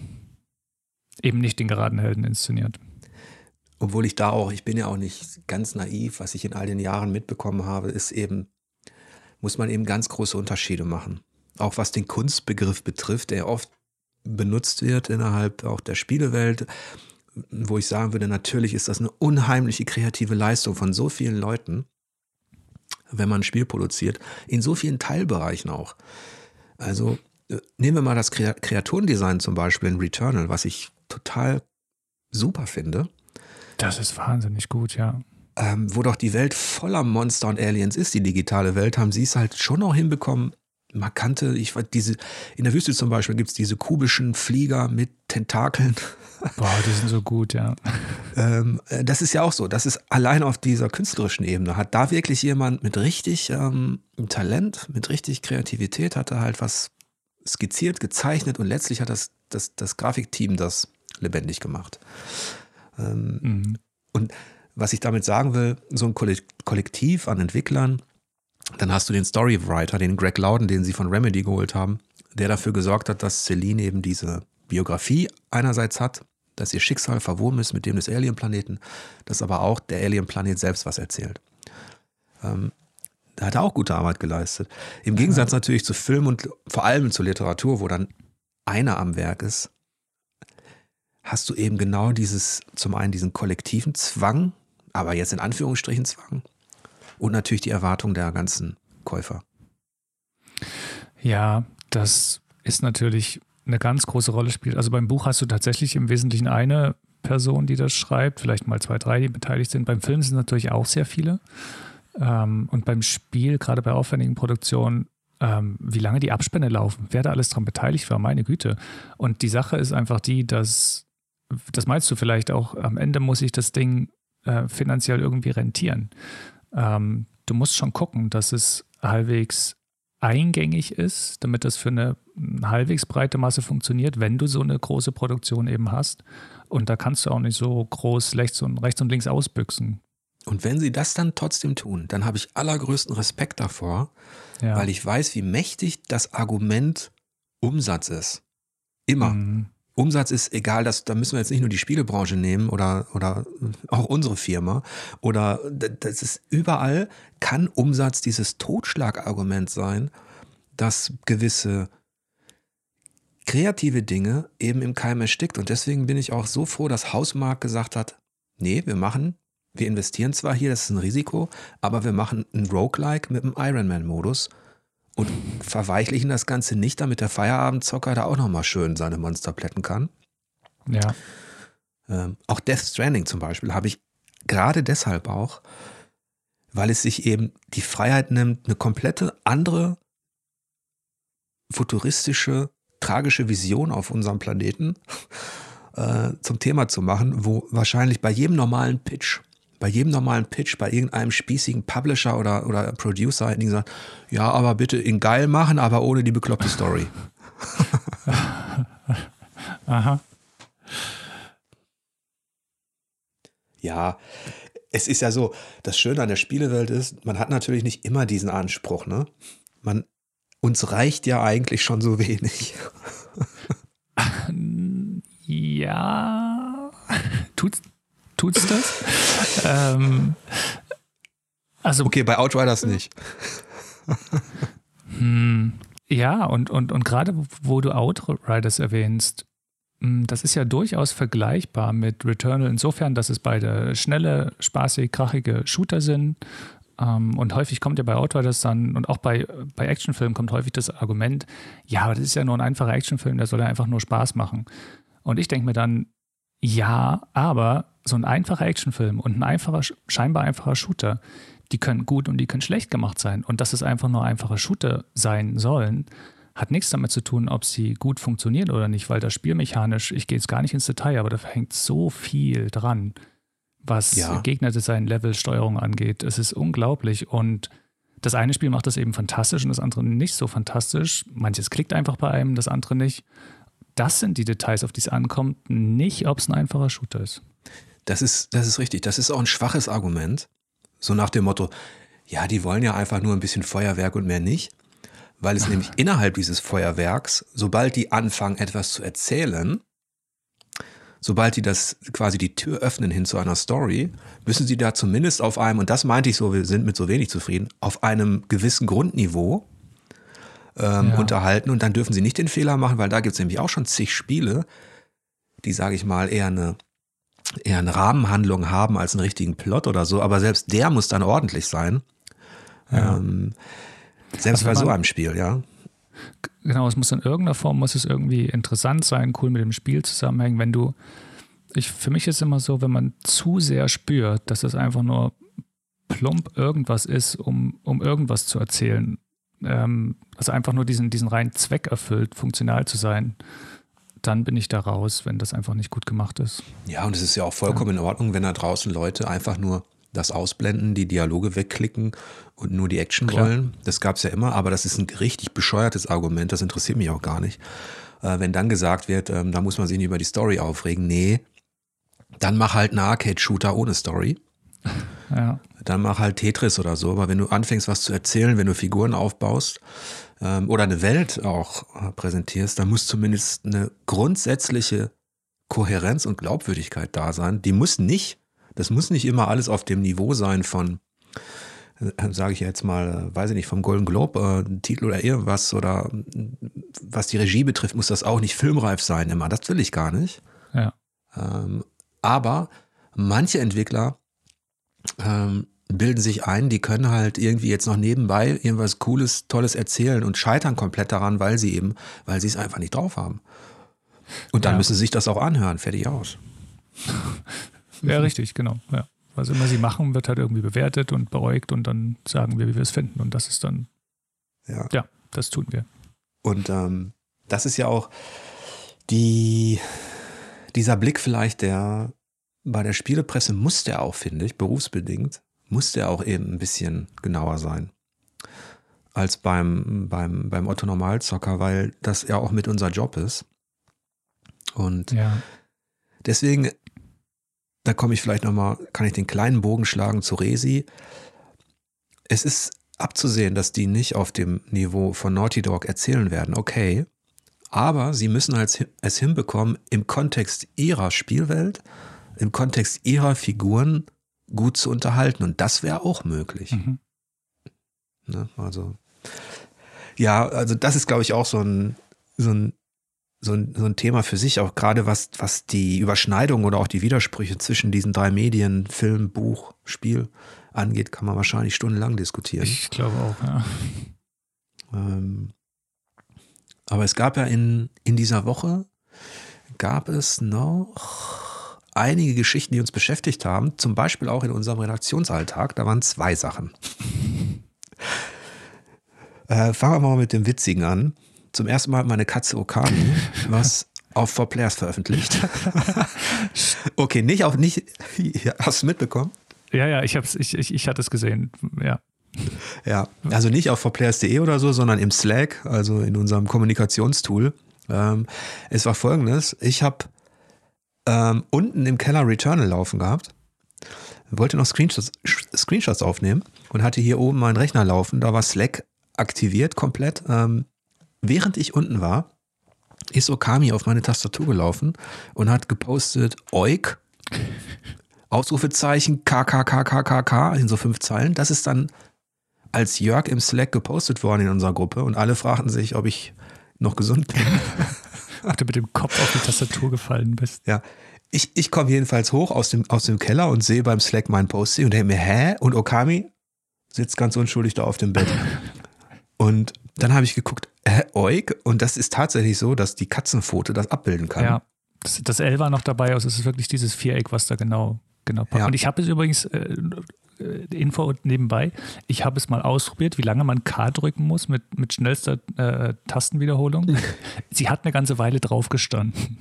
eben nicht den geraden Helden inszeniert. Obwohl ich da auch, ich bin ja auch nicht ganz naiv, was ich in all den Jahren mitbekommen habe, ist eben, muss man eben ganz große Unterschiede machen. Auch was den Kunstbegriff betrifft, der oft benutzt wird innerhalb auch der Spielewelt, wo ich sagen würde, natürlich ist das eine unheimliche kreative Leistung von so vielen Leuten, wenn man ein Spiel produziert, in so vielen Teilbereichen auch. Also nehmen wir mal das Kreaturendesign zum Beispiel in Returnal, was ich total super finde. Das ist wahnsinnig gut, ja. Ähm, wo doch die Welt voller Monster und Aliens ist, die digitale Welt, haben sie es halt schon noch hinbekommen, markante, ich weiß, diese, in der Wüste zum Beispiel gibt es diese kubischen Flieger mit Tentakeln. Boah, die sind so gut, ja. ähm, das ist ja auch so, das ist allein auf dieser künstlerischen Ebene. Hat da wirklich jemand mit richtig ähm, Talent, mit richtig Kreativität, hat er halt was skizziert, gezeichnet und letztlich hat das, das, das Grafikteam das lebendig gemacht. Ähm, Mhm. Und was ich damit sagen will, so ein Kollektiv an Entwicklern, dann hast du den Storywriter, den Greg Loudon, den sie von Remedy geholt haben, der dafür gesorgt hat, dass Celine eben diese Biografie einerseits hat, dass ihr Schicksal verwoben ist mit dem des Alien-Planeten, dass aber auch der Alien-Planet selbst was erzählt. Ähm, da hat er auch gute Arbeit geleistet. Im Gegensatz natürlich zu Film und vor allem zur Literatur, wo dann einer am Werk ist, hast du eben genau dieses, zum einen diesen kollektiven Zwang, aber jetzt in Anführungsstrichen Zwang, und natürlich die Erwartung der ganzen Käufer. Ja, das ist natürlich eine ganz große Rolle spielt. Also beim Buch hast du tatsächlich im Wesentlichen eine Person, die das schreibt, vielleicht mal zwei, drei, die beteiligt sind. Beim Film sind natürlich auch sehr viele. Ähm, und beim Spiel, gerade bei aufwendigen Produktionen, ähm, wie lange die Abspänne laufen, wer da alles dran beteiligt war, meine Güte. Und die Sache ist einfach die, dass, das meinst du vielleicht auch, am Ende muss sich das Ding äh, finanziell irgendwie rentieren. Ähm, du musst schon gucken, dass es halbwegs eingängig ist, damit das für eine halbwegs breite Masse funktioniert, wenn du so eine große Produktion eben hast. Und da kannst du auch nicht so groß rechts und, rechts und links ausbüchsen. Und wenn sie das dann trotzdem tun, dann habe ich allergrößten Respekt davor, Ja. weil ich weiß, wie mächtig das Argument Umsatz ist. Immer. Mhm. Umsatz ist egal, das, da müssen wir jetzt nicht nur die Spielebranche nehmen oder, oder auch unsere Firma. Oder das ist überall, kann Umsatz dieses Totschlagargument sein, dass gewisse kreative Dinge eben im Keim erstickt. Und deswegen bin ich auch so froh, dass Hausmark gesagt hat, nee, wir machen, wir investieren zwar hier, das ist ein Risiko, aber wir machen ein Roguelike mit einem Ironman-Modus und verweichlichen das Ganze nicht, damit der Feierabendzocker da auch nochmal schön seine Monster plätten kann. Ja. Ähm, auch Death Stranding zum Beispiel habe ich gerade deshalb auch, weil es sich eben die Freiheit nimmt, eine komplette andere futuristische, tragische Vision auf unserem Planeten äh, zum Thema zu machen, wo wahrscheinlich bei jedem normalen Pitch, bei jedem normalen Pitch, bei irgendeinem spießigen Publisher oder, oder Producer, die sagt, ja, aber bitte ihn geil machen, aber ohne die bekloppte Story. Aha. Ja, es ist ja so, das Schöne an der Spielewelt ist, man hat natürlich nicht immer diesen Anspruch, ne? Man, uns reicht ja eigentlich schon so wenig. Ja, tut's, tut's das? ähm, also, okay, bei Outriders nicht. hm, ja, und, und, und gerade wo du Outriders erwähnst, das ist ja durchaus vergleichbar mit Returnal insofern, dass es beide schnelle, spaßig, krachige Shooter sind. Und häufig kommt ja bei Outriders dann, und auch bei, bei Actionfilmen kommt häufig das Argument, ja, aber das ist ja nur ein einfacher Actionfilm, der soll ja einfach nur Spaß machen. Und ich denke mir dann, ja, aber so ein einfacher Actionfilm und ein einfacher, scheinbar einfacher Shooter, die können gut und die können schlecht gemacht sein. Und dass es einfach nur einfache Shooter sein sollen, hat nichts damit zu tun, ob sie gut funktionieren oder nicht, weil das spielmechanisch, ich gehe jetzt gar nicht ins Detail, aber da hängt so viel dran, was ja. Gegnerdesign, Level, Steuerung angeht. Es ist unglaublich und das eine Spiel macht das eben fantastisch und das andere nicht so fantastisch. Manches klickt einfach bei einem, das andere nicht. Das sind die Details, auf die es ankommt, nicht, ob es ein einfacher Shooter ist. Das ist, das ist richtig. Das ist auch ein schwaches Argument. So nach dem Motto, ja, die wollen ja einfach nur ein bisschen Feuerwerk und mehr nicht. Weil es nämlich innerhalb dieses Feuerwerks, sobald die anfangen, etwas zu erzählen, sobald die das quasi die Tür öffnen hin zu einer Story, müssen sie da zumindest auf einem, und das meinte ich so, wir sind mit so wenig zufrieden, auf einem gewissen Grundniveau ähm, Ja. unterhalten und dann dürfen sie nicht den Fehler machen, weil da gibt es nämlich auch schon zig Spiele, die, sage ich mal, eher eine, eher eine Rahmenhandlung haben als einen richtigen Plot oder so, aber selbst der muss dann ordentlich sein. Ja. Ähm, selbst Also bei so man- einem Spiel, ja. Genau, es muss in irgendeiner Form, muss es irgendwie interessant sein, cool mit dem Spiel zusammenhängen. Wenn du, ich, für mich ist es immer so, wenn man zu sehr spürt, dass es einfach nur plump irgendwas ist, um, um irgendwas zu erzählen, ähm, also einfach nur diesen, diesen reinen Zweck erfüllt, funktional zu sein, dann bin ich da raus, wenn das einfach nicht gut gemacht ist. Ja, und es ist ja auch vollkommen in Ordnung, wenn da draußen Leute einfach nur das ausblenden, die Dialoge wegklicken und nur die Action Klar. wollen. Das gab es ja immer, aber das ist ein richtig bescheuertes Argument, das interessiert mich auch gar nicht. Äh, wenn dann gesagt wird, ähm, da muss man sich nicht über die Story aufregen, nee, dann mach halt einen Arcade-Shooter ohne Story. Ja. Dann mach halt Tetris oder so, aber wenn du anfängst, was zu erzählen, wenn du Figuren aufbaust ähm, oder eine Welt auch äh, präsentierst, dann muss zumindest eine grundsätzliche Kohärenz und Glaubwürdigkeit da sein. Die muss nicht, das muss nicht immer alles auf dem Niveau sein von, äh, sage ich jetzt mal, äh, weiß ich nicht, vom Golden Globe, äh, Titel oder irgendwas oder äh, was die Regie betrifft, muss das auch nicht filmreif sein immer. Das will ich gar nicht. Ja. Ähm, aber manche Entwickler ähm, bilden sich ein, die können halt irgendwie jetzt noch nebenbei irgendwas Cooles, Tolles erzählen und scheitern komplett daran, weil sie eben, weil sie es einfach nicht drauf haben. Und dann Ja. müssen sie sich das auch anhören, fertig aus. Ja, richtig, genau. Ja. Was immer sie machen, wird halt irgendwie bewertet und beäugt und dann sagen wir, wie wir es finden. Und das ist dann, Ja. ja, das tun wir. Und ähm, das ist ja auch die, dieser Blick vielleicht, der bei der Spielepresse muss der auch, finde ich, berufsbedingt, muss der auch eben ein bisschen genauer sein als beim, beim, beim Otto-Normalzocker, weil das ja auch mit unser Job ist. Und Ja. deswegen, da komme ich vielleicht nochmal, kann ich den kleinen Bogen schlagen zu Resi. Es ist abzusehen, dass die nicht auf dem Niveau von Naughty Dog erzählen werden, okay. Aber sie müssen halt es hinbekommen, im Kontext ihrer Spielwelt, im Kontext ihrer Figuren gut zu unterhalten. Und das wäre auch möglich. Mhm. Ne? Also, ja, also das ist, glaube ich, auch so ein, so ein So ein, so ein Thema für sich, auch gerade was, was die Überschneidung oder auch die Widersprüche zwischen diesen drei Medien, Film, Buch, Spiel angeht, kann man wahrscheinlich stundenlang diskutieren. Ich glaube auch, ja. Ähm, aber es gab ja in, in dieser Woche, gab es noch einige Geschichten, die uns beschäftigt haben, zum Beispiel auch in unserem Redaktionsalltag. Da waren zwei Sachen. äh, fangen wir mal mit dem Witzigen an. Zum ersten Mal hat meine Katze Okami was auf four Players veröffentlicht. Okay, nicht auf, nicht, hast du mitbekommen? Ja, ja, ich, hab's, ich, ich, ich hatte es gesehen, ja. Ja, also nicht auf four players punkt de oder so, sondern im Slack, also in unserem Kommunikationstool. Ähm, es war folgendes, ich habe ähm, unten im Keller Returnal laufen gehabt, wollte noch Screenshots, Screenshots aufnehmen und hatte hier oben meinen Rechner laufen, da war Slack aktiviert komplett. Ähm, während ich unten war, ist Okami auf meine Tastatur gelaufen und hat gepostet Oik, Ausrufezeichen, K K K K K K in so fünf Zeilen. Das ist dann als Jörg im Slack gepostet worden in unserer Gruppe und alle fragten sich, ob ich noch gesund bin. Ob du mit dem Kopf auf die Tastatur gefallen bist. Ja, ich, ich komme jedenfalls hoch aus dem, aus dem Keller und sehe beim Slack mein Posting und denke mir, hä? Und Okami sitzt ganz unschuldig da auf dem Bett. Und dann habe ich geguckt, äh, Oik, und das ist tatsächlich so, dass die Katzenpfote das abbilden kann. Ja, das, das L war noch dabei, also es ist wirklich dieses Viereck, was da genau, genau passt. Ja. Und ich habe es übrigens, äh, Info nebenbei, ich habe es mal ausprobiert, wie lange man K drücken muss mit, mit schnellster äh, Tastenwiederholung. Sie hat eine ganze Weile drauf gestanden.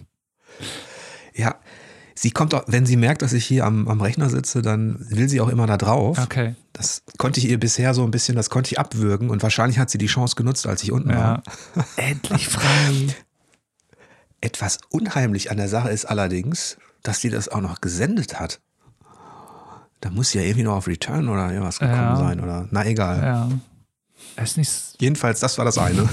Ja, sie kommt auch, wenn sie merkt, dass ich hier am, am Rechner sitze, dann will sie auch immer da drauf. Okay. Das konnte ich ihr bisher so ein bisschen, das konnte ich abwürgen und wahrscheinlich hat sie die Chance genutzt, als ich unten Ja. war. Endlich frei. Etwas unheimlich an der Sache ist allerdings, dass sie das auch noch gesendet hat. Da muss sie ja irgendwie noch auf Return oder irgendwas gekommen Ja. sein oder, na egal. Ja. Es ist nicht, Jedenfalls, das war das eine.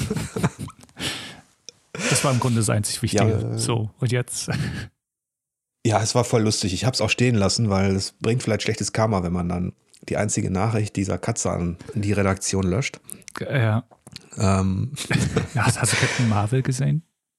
das war im Grunde das einzig Wichtige. Ja, äh, so, und jetzt? Ja, es war voll lustig. Ich habe es auch stehen lassen, weil es bringt vielleicht schlechtes Karma, wenn man dann die einzige Nachricht dieser Katze an die Redaktion löscht. Ja. Ähm, Ja, hast du Captain Marvel gesehen?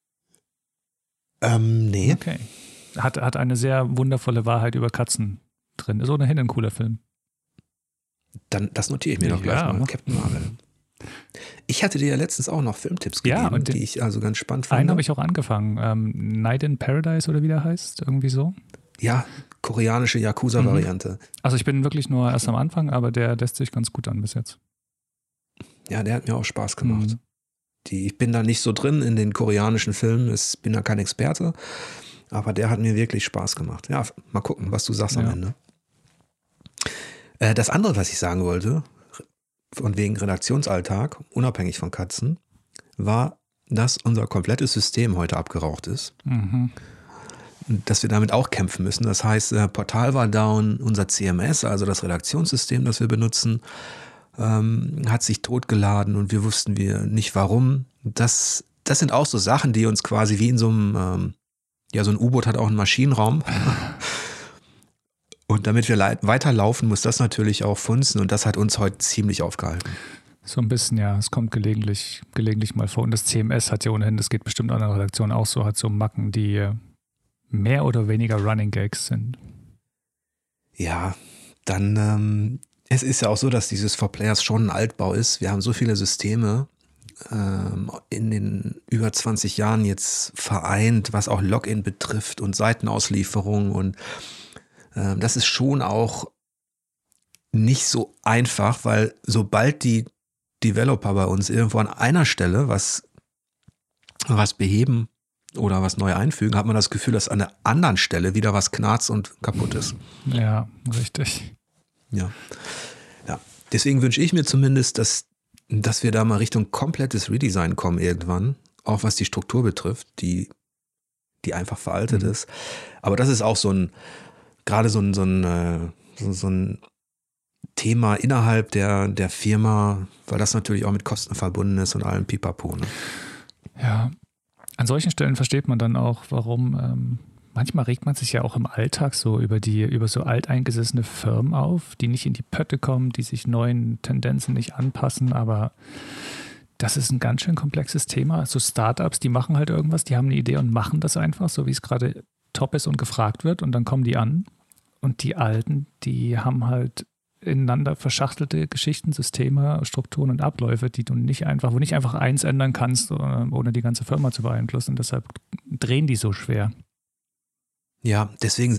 ähm, nee. Okay. Hat, hat eine sehr wundervolle Wahrheit über Katzen drin. Ist ohnehin ein cooler Film. Dann, das notiere ich mir doch gleich Ja. mal. Captain Marvel. Ich hatte dir ja letztens auch noch Filmtipps gegeben, Ja, und den- die ich also ganz spannend fand. Einen habe ich auch angefangen. Ähm, Night in Paradise oder wie der heißt. Irgendwie so. Ja, koreanische Yakuza-Variante. Also ich bin wirklich nur erst am Anfang, aber der lässt sich ganz gut an bis jetzt. Ja, der hat mir auch Spaß gemacht. Mhm. Die, ich bin da nicht so drin in den koreanischen Filmen, ich bin da kein Experte, aber der hat mir wirklich Spaß gemacht. Ja, mal gucken, was du sagst am Ja. Ende. Äh, das andere, was ich sagen wollte, von wegen Redaktionsalltag, unabhängig von Katzen, war, dass unser komplettes System heute abgeraucht ist. Mhm. Dass wir damit auch kämpfen müssen. Das heißt, äh, Portal war down, unser C M S, also das Redaktionssystem, das wir benutzen, ähm, hat sich totgeladen und wir wussten wir nicht warum. Das, das sind auch so Sachen, die uns quasi wie in so einem, ähm, ja, so ein U-Boot hat auch einen Maschinenraum. Und damit wir leit- weiterlaufen, muss das natürlich auch funzen und das hat uns heute ziemlich aufgehalten. So ein bisschen, ja. Es kommt gelegentlich, gelegentlich mal vor. Und das C M S hat ja ohnehin, das geht bestimmt an der Redaktion auch so, hat so Macken, die äh, mehr oder weniger Running Gags sind. Ja, dann, ähm, es ist ja auch so, dass dieses four Players schon ein Altbau ist. Wir haben so viele Systeme ähm, in den über zwanzig Jahren jetzt vereint, was auch Login betrifft und Seitenauslieferung und ähm, das ist schon auch nicht so einfach, weil sobald die Developer bei uns irgendwo an einer Stelle was, was beheben oder was neu einfügen, hat man das Gefühl, dass an der anderen Stelle wieder was knarzt und kaputt ist. Ja, richtig. Ja. Ja. Deswegen wünsche ich mir zumindest, dass, dass wir da mal Richtung komplettes Redesign kommen irgendwann, auch was die Struktur betrifft, die, die einfach veraltet Mhm. ist. Aber das ist auch so ein, gerade so ein, so ein, äh, so, so ein Thema innerhalb der, der Firma, weil das natürlich auch mit Kosten verbunden ist und allem Pipapo. Ne? Ja, an solchen Stellen versteht man dann auch, warum ähm, manchmal regt man sich ja auch im Alltag so über die, über so alteingesessene Firmen auf, die nicht in die Pötte kommen, die sich neuen Tendenzen nicht anpassen, aber das ist ein ganz schön komplexes Thema. So Startups, die machen halt irgendwas, die haben eine Idee und machen das einfach, so wie es gerade top ist und gefragt wird und dann kommen die an. Und die Alten, die haben halt ineinander verschachtelte Geschichten, Systeme, Strukturen und Abläufe, die du nicht einfach, wo nicht einfach eins ändern kannst, ohne die ganze Firma zu beeinflussen. Und deshalb drehen die so schwer. Ja, deswegen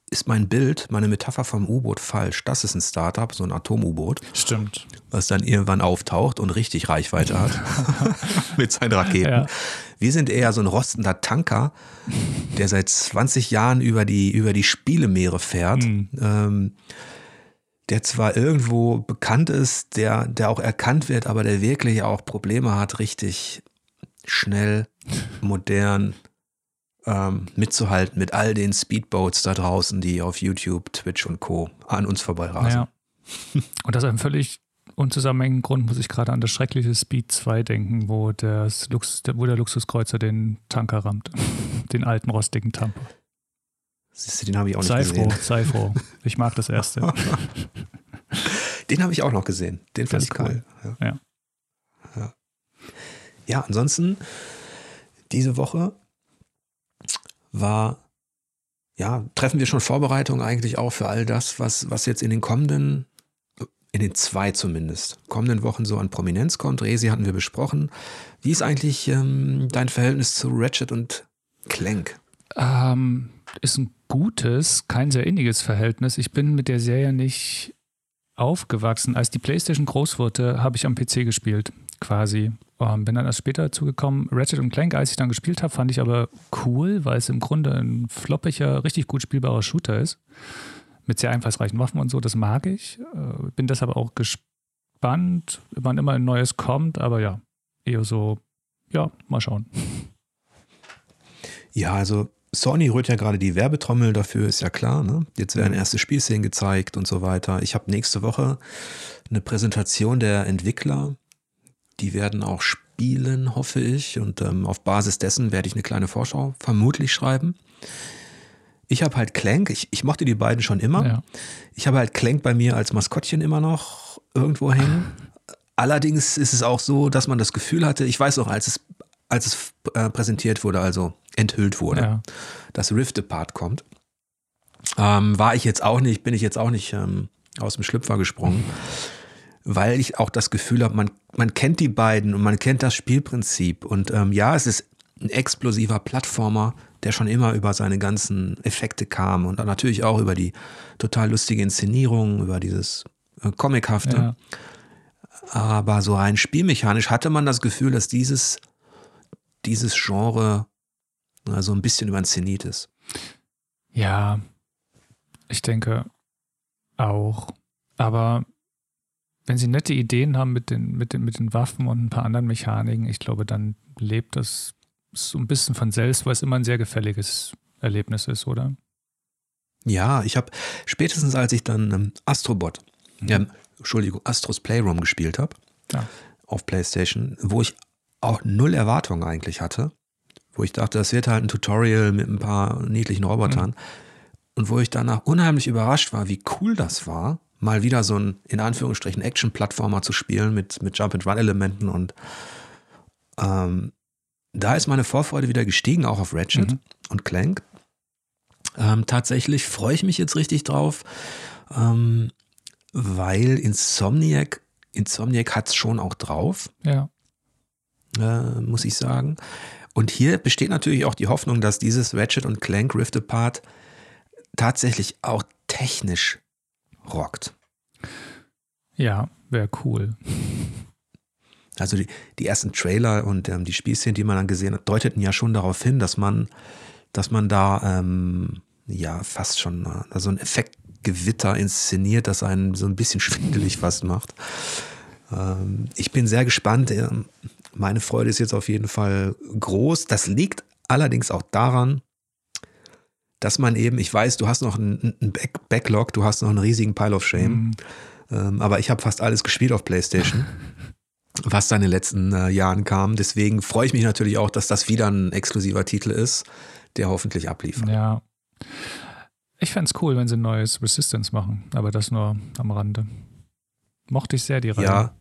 ist mein Bild, meine Metapher vom U-Boot falsch. Das ist ein Startup, so ein Atom-U-Boot. Stimmt. Was dann irgendwann auftaucht und richtig Reichweite hat mit seinen Raketen. Ja. Wir sind eher so ein rostender Tanker, der seit zwanzig Jahren über die, über die Spielemeere fährt. Mhm. Ähm, der zwar irgendwo bekannt ist, der, der auch erkannt wird, aber der wirklich auch Probleme hat, richtig schnell, modern ähm, mitzuhalten mit all den Speedboats da draußen, die auf YouTube, Twitch und Co. an uns vorbeirasen. Ja. Und das ist ein völlig unzusammenhängenden Grund, muss ich gerade an das schreckliche Speed zwei denken, wo, das Lux, wo der Luxuskreuzer den Tanker rammt. Den alten, rostigen Tamper. Siehst du, den habe ich auch nicht sei gesehen. Froh, sei froh. Ich mag das erste. Den habe ich auch noch gesehen. Den fand ich cool. cool. Ja. Ja. Ja. Ja, ansonsten, diese Woche war, ja, treffen wir schon Vorbereitungen eigentlich auch für all das, was, was jetzt in den kommenden, in den zwei zumindest, kommenden Wochen so an Prominenz kommt. Resi hatten wir besprochen. Wie ist eigentlich ähm, dein Verhältnis zu Ratchet und Clank? Ähm, ist ein gutes, kein sehr inniges Verhältnis. Ich bin mit der Serie nicht aufgewachsen. Als die PlayStation groß wurde, habe ich am P C gespielt, quasi. Um, bin dann erst später dazu gekommen. Ratchet und Clank, als ich dann gespielt habe, fand ich aber cool, weil es im Grunde ein floppiger, richtig gut spielbarer Shooter ist. Mit sehr einfallsreichen Waffen und so, das mag ich. Äh, bin deshalb auch gespannt, wann immer ein neues kommt, aber ja, eher so, ja, mal schauen. Ja, also Sony rührt ja gerade die Werbetrommel dafür, ist ja klar, ne? Jetzt werden erste Spielszenen gezeigt und so weiter. Ich habe nächste Woche eine Präsentation der Entwickler. Die werden auch spielen, hoffe ich. Und ähm, auf Basis dessen werde ich eine kleine Vorschau vermutlich schreiben. Ich habe halt Clank, ich, ich mochte die beiden schon immer. Ja. Ich habe halt Clank bei mir als Maskottchen immer noch irgendwo hängen. Allerdings ist es auch so, dass man das Gefühl hatte, ich weiß auch, als es, als es äh, präsentiert wurde, also enthüllt wurde, ja. dass Rift Apart kommt, ähm, war ich jetzt auch nicht, bin ich jetzt auch nicht ähm, aus dem Schlüpfer gesprungen. Weil ich auch das Gefühl habe, man, man kennt die beiden und man kennt das Spielprinzip. Und ähm, ja, es ist ein explosiver Plattformer, der schon immer über seine ganzen Effekte kam und dann natürlich auch über die total lustige Inszenierung, über dieses äh, Comichafte. Ja. Aber so rein spielmechanisch hatte man das Gefühl, dass dieses, dieses Genre äh, so ein bisschen über den Zenit ist. Ja, ich denke auch. Aber wenn sie nette Ideen haben mit den, mit den, mit den Waffen und ein paar anderen Mechaniken, ich glaube, dann lebt das so ein bisschen von selbst, weil es immer ein sehr gefälliges Erlebnis ist, oder? Ja, ich habe spätestens als ich dann ähm, Astrobot, mhm. ja, Entschuldigung, Astros Playroom gespielt habe, ja. auf PlayStation, wo ich auch null Erwartungen eigentlich hatte, wo ich dachte, das wird halt ein Tutorial mit ein paar niedlichen Robotern mhm. und wo ich danach unheimlich überrascht war, wie cool das war, mal wieder so ein, in Anführungsstrichen, Action-Plattformer zu spielen mit, mit Jump-and-Run-Elementen und ähm, da ist meine Vorfreude wieder gestiegen, auch auf Ratchet mhm. und Clank. Ähm, tatsächlich freue ich mich jetzt richtig drauf, ähm, weil Insomniac, Insomniac hat es schon auch drauf, ja. äh, muss ich sagen. Und hier besteht natürlich auch die Hoffnung, dass dieses Ratchet und Clank Rift Apart tatsächlich auch technisch rockt. Ja, wäre cool. Also die, die ersten Trailer und ähm, die Spielszenen, die man dann gesehen hat, deuteten ja schon darauf hin, dass man, dass man da ähm, ja fast schon äh, so ein Effektgewitter inszeniert, das einen so ein bisschen schwindelig fast macht. Ähm, ich bin sehr gespannt. Meine Freude ist jetzt auf jeden Fall groß. Das liegt allerdings auch daran, dass man eben, ich weiß, du hast noch einen, einen Back- Backlog, du hast noch einen riesigen Pile of Shame, mhm. ähm, aber ich habe fast alles gespielt auf PlayStation, was da in den letzten äh, Jahren kam. Deswegen freue ich mich natürlich auch, dass das wieder ein exklusiver Titel ist, der hoffentlich abliefert. Ja, ich fände es cool, wenn sie ein neues Resistance machen, aber das nur am Rande. Mochte ich sehr, die Reihe. Ja.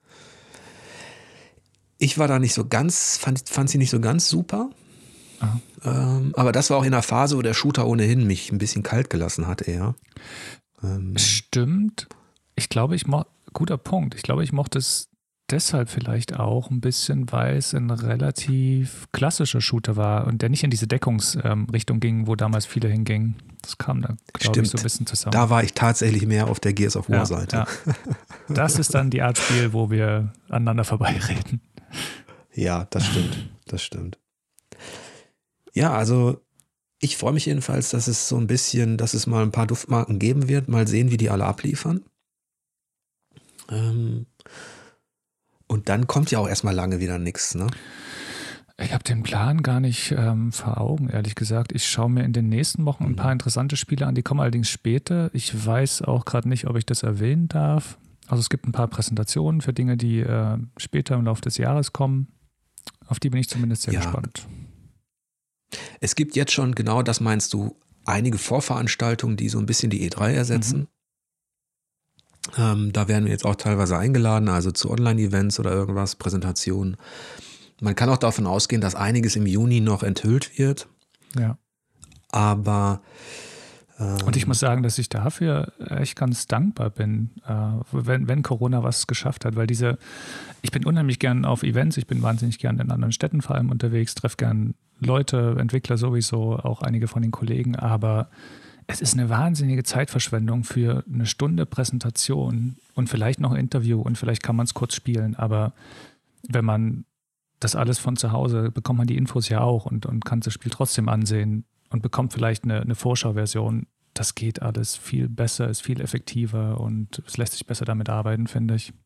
Ich war da nicht so ganz, fand, fand sie nicht so ganz super. Ähm, aber das war auch in einer Phase, wo der Shooter ohnehin mich ein bisschen kalt gelassen hat eher. Ähm. Stimmt. Ich glaube, ich mo- guter Punkt. Ich glaube, ich mochte es deshalb vielleicht auch ein bisschen, weil es ein relativ klassischer Shooter war und der nicht in diese Deckungsrichtung ähm, ging, wo damals viele hingingen. Das kam da, glaube ich, so ein bisschen zusammen. Da war ich tatsächlich mehr auf der Gears of War ja, Seite. Ja. Das ist dann die Art Spiel, wo wir aneinander vorbeireden. Ja, das stimmt. Das stimmt. Ja, also ich freue mich jedenfalls, dass es so ein bisschen, dass es mal ein paar Duftmarken geben wird. Mal sehen, wie die alle abliefern. Ähm, und dann kommt ja auch erstmal lange wieder nichts, ne? Ich habe den Plan gar nicht ähm, vor Augen, ehrlich gesagt. Ich schaue mir in den nächsten Wochen ein paar interessante Spiele an, die kommen allerdings später. Ich weiß auch gerade nicht, ob ich das erwähnen darf. Also es gibt ein paar Präsentationen für Dinge, die äh, später im Laufe des Jahres kommen. Auf die bin ich zumindest sehr ja. gespannt. Es gibt jetzt schon, genau das meinst du, einige Vorveranstaltungen, die so ein bisschen die E drei ersetzen. Mhm. Ähm, da werden wir jetzt auch teilweise eingeladen, also zu Online-Events oder irgendwas, Präsentationen. Man kann auch davon ausgehen, dass einiges im Juni noch enthüllt wird. Ja. Aber ähm, und ich muss sagen, dass ich dafür echt ganz dankbar bin, äh, wenn, wenn Corona was geschafft hat, weil diese, ich bin unheimlich gern auf Events, ich bin wahnsinnig gern in anderen Städten vor allem unterwegs, treffe gern Leute, Entwickler sowieso, auch einige von den Kollegen, aber es ist eine wahnsinnige Zeitverschwendung für eine Stunde Präsentation und vielleicht noch ein Interview und vielleicht kann man es kurz spielen, aber wenn man das alles von zu Hause, bekommt man die Infos ja auch und, und kann das Spiel trotzdem ansehen und bekommt vielleicht eine, eine Vorschauversion. Das geht alles viel besser, ist viel effektiver und es lässt sich besser damit arbeiten, finde ich.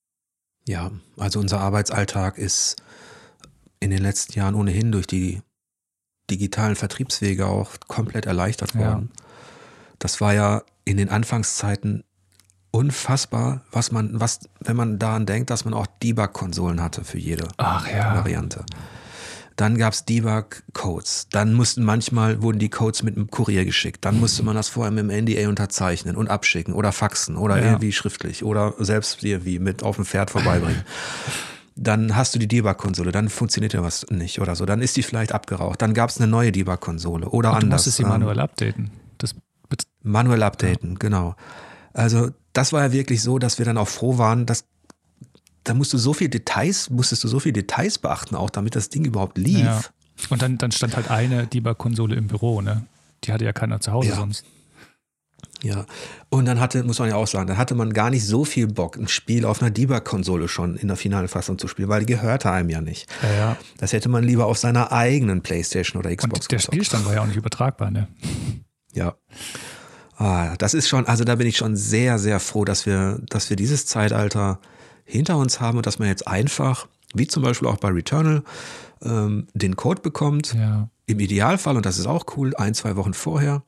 Ja, also unser Arbeitsalltag ist in den letzten Jahren ohnehin durch die digitalen Vertriebswege auch komplett erleichtert worden. Ja. Das war ja in den Anfangszeiten unfassbar, was man, was, wenn man daran denkt, dass man auch Debug-Konsolen hatte für jede Ach, ja. Variante. Dann gab es Debug-Codes. Dann mussten manchmal, wurden die Codes mit einem Kurier geschickt. Dann musste man das vorher mit dem N D A unterzeichnen und abschicken oder faxen oder ja. irgendwie schriftlich oder selbst irgendwie mit auf dem Pferd vorbeibringen. Dann hast du die Debug-Konsole, dann funktioniert ja was nicht oder so. Dann ist die vielleicht abgeraucht. Dann gab es eine neue Debug-Konsole oder und anders. Du musstest sie manuell ähm, updaten. Das manuell updaten, ja. genau. Also das war ja wirklich so, dass wir dann auch froh waren, dass da musst du so viel Details, musstest du so viel Details beachten, auch damit das Ding überhaupt lief. Ja. Und dann, dann stand halt eine Debug-Konsole im Büro, ne? Die hatte ja keiner zu Hause ja. sonst. Ja, und dann hatte, muss man ja auch sagen, dann hatte man gar nicht so viel Bock, ein Spiel auf einer Debug-Konsole schon in der finalen Fassung zu spielen, weil die gehörte einem ja nicht. Ja, ja. Das hätte man lieber auf seiner eigenen Playstation oder Xbox Und der gezockt. Spielstand war ja auch nicht übertragbar, ne? Ja. Ah, das ist schon, also da bin ich schon sehr, sehr froh, dass wir, dass wir dieses Zeitalter hinter uns haben und dass man jetzt einfach, wie zum Beispiel auch bei Returnal, ähm, den Code bekommt. Ja. Im Idealfall, und das ist auch cool, ein, zwei Wochen vorher.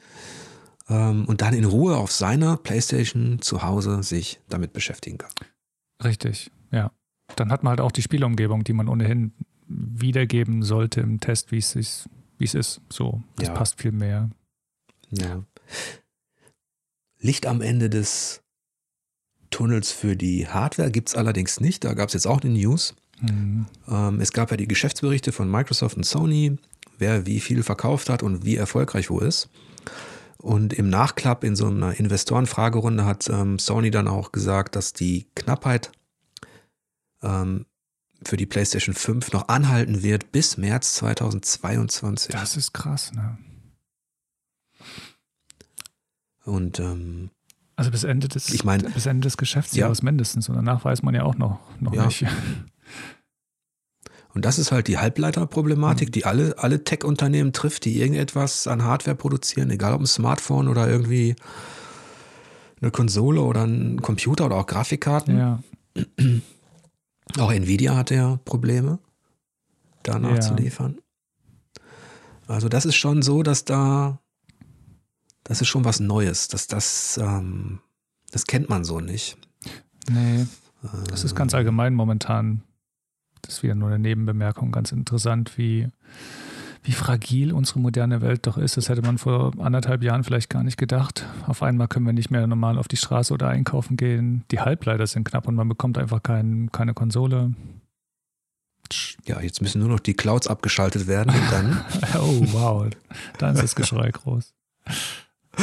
Ähm, und dann in Ruhe auf seiner Playstation zu Hause sich damit beschäftigen kann. Richtig, ja. Dann hat man halt auch die Spielumgebung, die man ohnehin wiedergeben sollte im Test, wie es ist. Wie es ist. So, das ja. passt viel mehr. Ja. Licht am Ende des Tunnels für die Hardware gibt es allerdings nicht. Da gab es jetzt auch eine News. Mhm. Ähm, es gab ja die Geschäftsberichte von Microsoft und Sony, wer wie viel verkauft hat und wie erfolgreich wo ist. Und im Nachklapp in so einer Investorenfragerunde hat ähm, Sony dann auch gesagt, dass die Knappheit ähm, für die PlayStation fünf noch anhalten wird bis März zweitausendzweiundzwanzig. Das ist krass, ne? Und ähm, also bis Ende des, ich mein, bis Ende des Geschäftsjahres ja. mindestens. Und danach weiß man ja auch noch, noch ja. nicht. Und das ist halt die Halbleiterproblematik, mhm. die alle, alle Tech-Unternehmen trifft, die irgendetwas an Hardware produzieren, egal ob ein Smartphone oder irgendwie eine Konsole oder ein Computer oder auch Grafikkarten. Ja. Auch Nvidia hat ja Probleme, danach ja. zu liefern. Also das ist schon so, dass da das ist schon was Neues. Das, das, ähm, das kennt man so nicht. Nee, das ist ganz allgemein momentan. Das ist wieder nur eine Nebenbemerkung. Ganz interessant, wie, wie fragil unsere moderne Welt doch ist. Das hätte man vor anderthalb Jahren vielleicht gar nicht gedacht. Auf einmal können wir nicht mehr normal auf die Straße oder einkaufen gehen. Die Halbleiter sind knapp und man bekommt einfach kein, keine Konsole. Ja, jetzt müssen nur noch die Clouds abgeschaltet werden und dann. Oh, wow. Dann ist das Geschrei groß.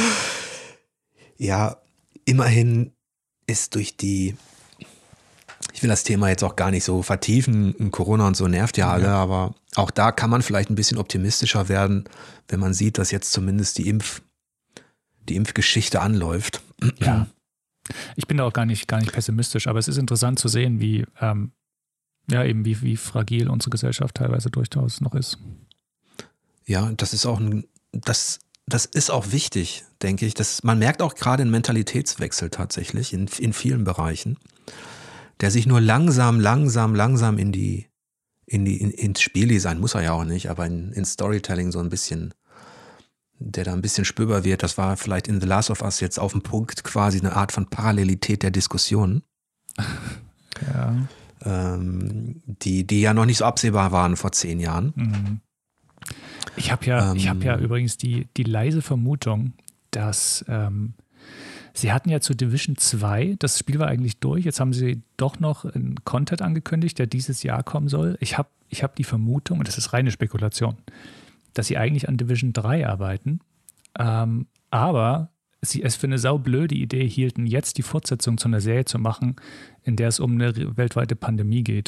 Ja, immerhin ist durch die Ich will das Thema jetzt auch gar nicht so vertiefen. Corona und so nervt ja alle, ja. aber auch da kann man vielleicht ein bisschen optimistischer werden, wenn man sieht, dass jetzt zumindest die Impf, die Impfgeschichte anläuft. Ja. Ich bin da auch gar nicht, gar nicht pessimistisch, aber es ist interessant zu sehen, wie, ähm, ja, eben wie, wie fragil unsere Gesellschaft teilweise durchaus noch ist. Ja, das ist auch ein, das, das ist auch wichtig, denke ich. Das, man merkt auch gerade einen Mentalitätswechsel tatsächlich in, in vielen Bereichen, der sich nur langsam, langsam, langsam in die, in die, in, ins Spieldesign, muss er ja auch nicht, aber in, in Storytelling so ein bisschen, der da ein bisschen spürbar wird. Das war vielleicht in The Last of Us jetzt auf dem Punkt quasi eine Art von Parallelität der Diskussionen. Ja. Ähm, die, die ja noch nicht so absehbar waren vor zehn Jahren. Mhm. Ich habe ja, ähm, ich habe ja übrigens die, die leise Vermutung, dass ähm, sie hatten ja zu Division zwei, das Spiel war eigentlich durch, jetzt haben sie doch noch einen Content angekündigt, der dieses Jahr kommen soll. Ich habe ich hab die Vermutung, und das ist reine Spekulation, dass sie eigentlich an Division drei arbeiten, ähm, aber sie es für eine saublöde Idee hielten, jetzt die Fortsetzung zu einer Serie zu machen, in der es um eine weltweite Pandemie geht.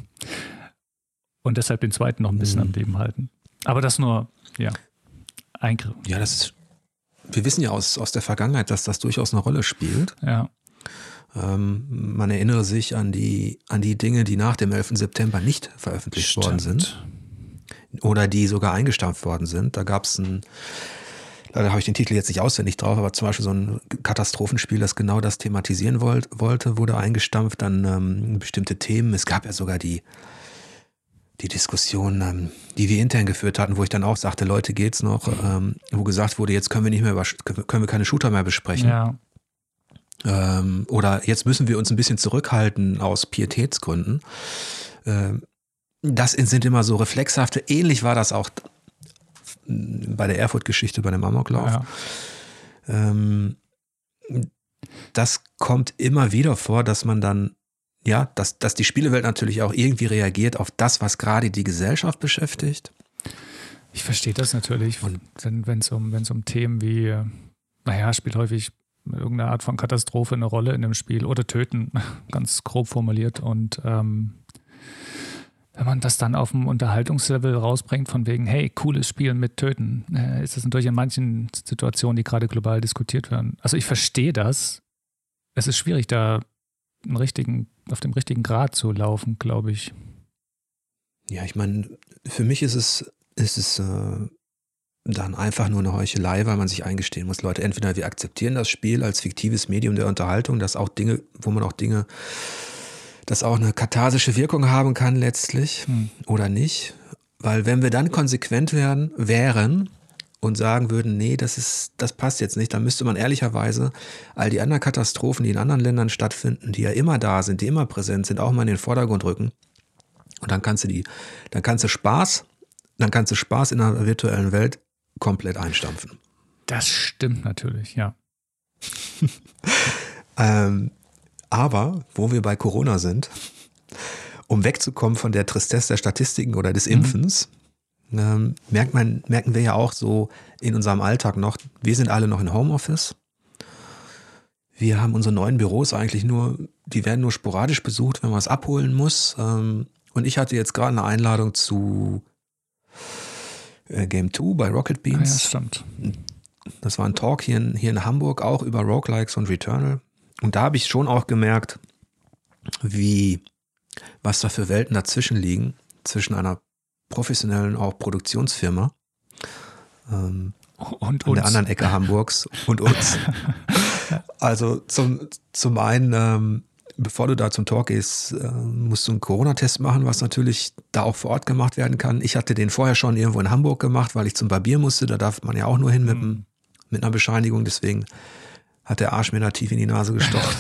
Und deshalb den zweiten noch ein bisschen mhm. am Leben halten. Aber das nur, ja, Eingriff. Ja, das ist, wir wissen ja aus, aus der Vergangenheit, dass das durchaus eine Rolle spielt. Ja. Ähm, man erinnere sich an die, an die Dinge, die nach dem elften September nicht veröffentlicht Stimmt. worden sind. Oder die sogar eingestampft worden sind. Da gab es ein, leider habe ich den Titel jetzt nicht auswendig drauf, aber zum Beispiel so ein Katastrophenspiel, das genau das thematisieren wollt, wollte, wurde eingestampft. Dann ähm, bestimmte Themen. Es gab ja sogar die die Diskussion, ähm, die wir intern geführt hatten, wo ich dann auch sagte, Leute, geht's noch, ähm, wo gesagt wurde, jetzt können wir nicht mehr über, können wir keine Shooter mehr besprechen. Ja. Ähm, oder jetzt müssen wir uns ein bisschen zurückhalten aus Pietätsgründen. Ähm, das sind immer so reflexhafte, ähnlich war das auch bei der Erfurt-Geschichte, bei dem Amoklauf. Ja. Ähm, das kommt immer wieder vor, dass man dann Ja, dass, dass die Spielewelt natürlich auch irgendwie reagiert auf das, was gerade die Gesellschaft beschäftigt. Ich verstehe das natürlich, wenn es um, wenn's um Themen wie, naja, spielt häufig irgendeine Art von Katastrophe eine Rolle in dem Spiel oder Töten, ganz grob formuliert. Und ähm, wenn man das dann auf dem Unterhaltungslevel rausbringt, von wegen, hey, cooles Spiel mit Töten, äh, ist das natürlich in manchen Situationen, die gerade global diskutiert werden. Also ich verstehe das. Es ist schwierig, da einen richtigen, auf dem richtigen Grad zu laufen, glaube ich. Ja, ich meine, für mich ist es, ist es äh, dann einfach nur eine Heuchelei, weil man sich eingestehen muss, Leute, entweder wir akzeptieren das Spiel als fiktives Medium der Unterhaltung, dass auch Dinge, wo man auch Dinge, das auch eine katharsische Wirkung haben kann letztlich hm. oder nicht. Weil wenn wir dann konsequent werden, wären und sagen würden, nee, das ist, das passt jetzt nicht, dann müsste man ehrlicherweise all die anderen Katastrophen, die in anderen Ländern stattfinden, die ja immer da sind, die immer präsent sind, auch mal in den Vordergrund rücken. Und dann kannst du die, dann kannst du Spaß, dann kannst du Spaß in einer virtuellen Welt komplett einstampfen. Das stimmt natürlich, ja. ähm, aber, wo wir bei Corona sind, um wegzukommen von der Tristesse der Statistiken oder des Impfens, mhm. Ähm, merkt man, merken wir ja auch so in unserem Alltag noch, wir sind alle noch in Homeoffice. Wir haben unsere neuen Büros eigentlich nur, die werden nur sporadisch besucht, wenn man es abholen muss. Ähm, und ich hatte jetzt gerade eine Einladung zu äh, Game zwei bei Rocket Beans. Ah, ja, stimmt. Das war ein Talk hier in, hier in Hamburg, auch über Roguelikes und Returnal. Und da habe ich schon auch gemerkt, wie, was da für Welten dazwischen liegen, zwischen einer professionellen auch Produktionsfirma ähm, und an uns. der anderen Ecke Hamburgs und uns. Also zum, zum einen, ähm, bevor du da zum Talk gehst, äh, musst du einen Corona-Test machen, was natürlich da auch vor Ort gemacht werden kann. Ich hatte den vorher schon irgendwo in Hamburg gemacht, weil ich zum Barbier musste. Da darf man ja auch nur hin mit, mhm. mit einer Bescheinigung. Deswegen hat der Arsch mir da tief in die Nase gestochen.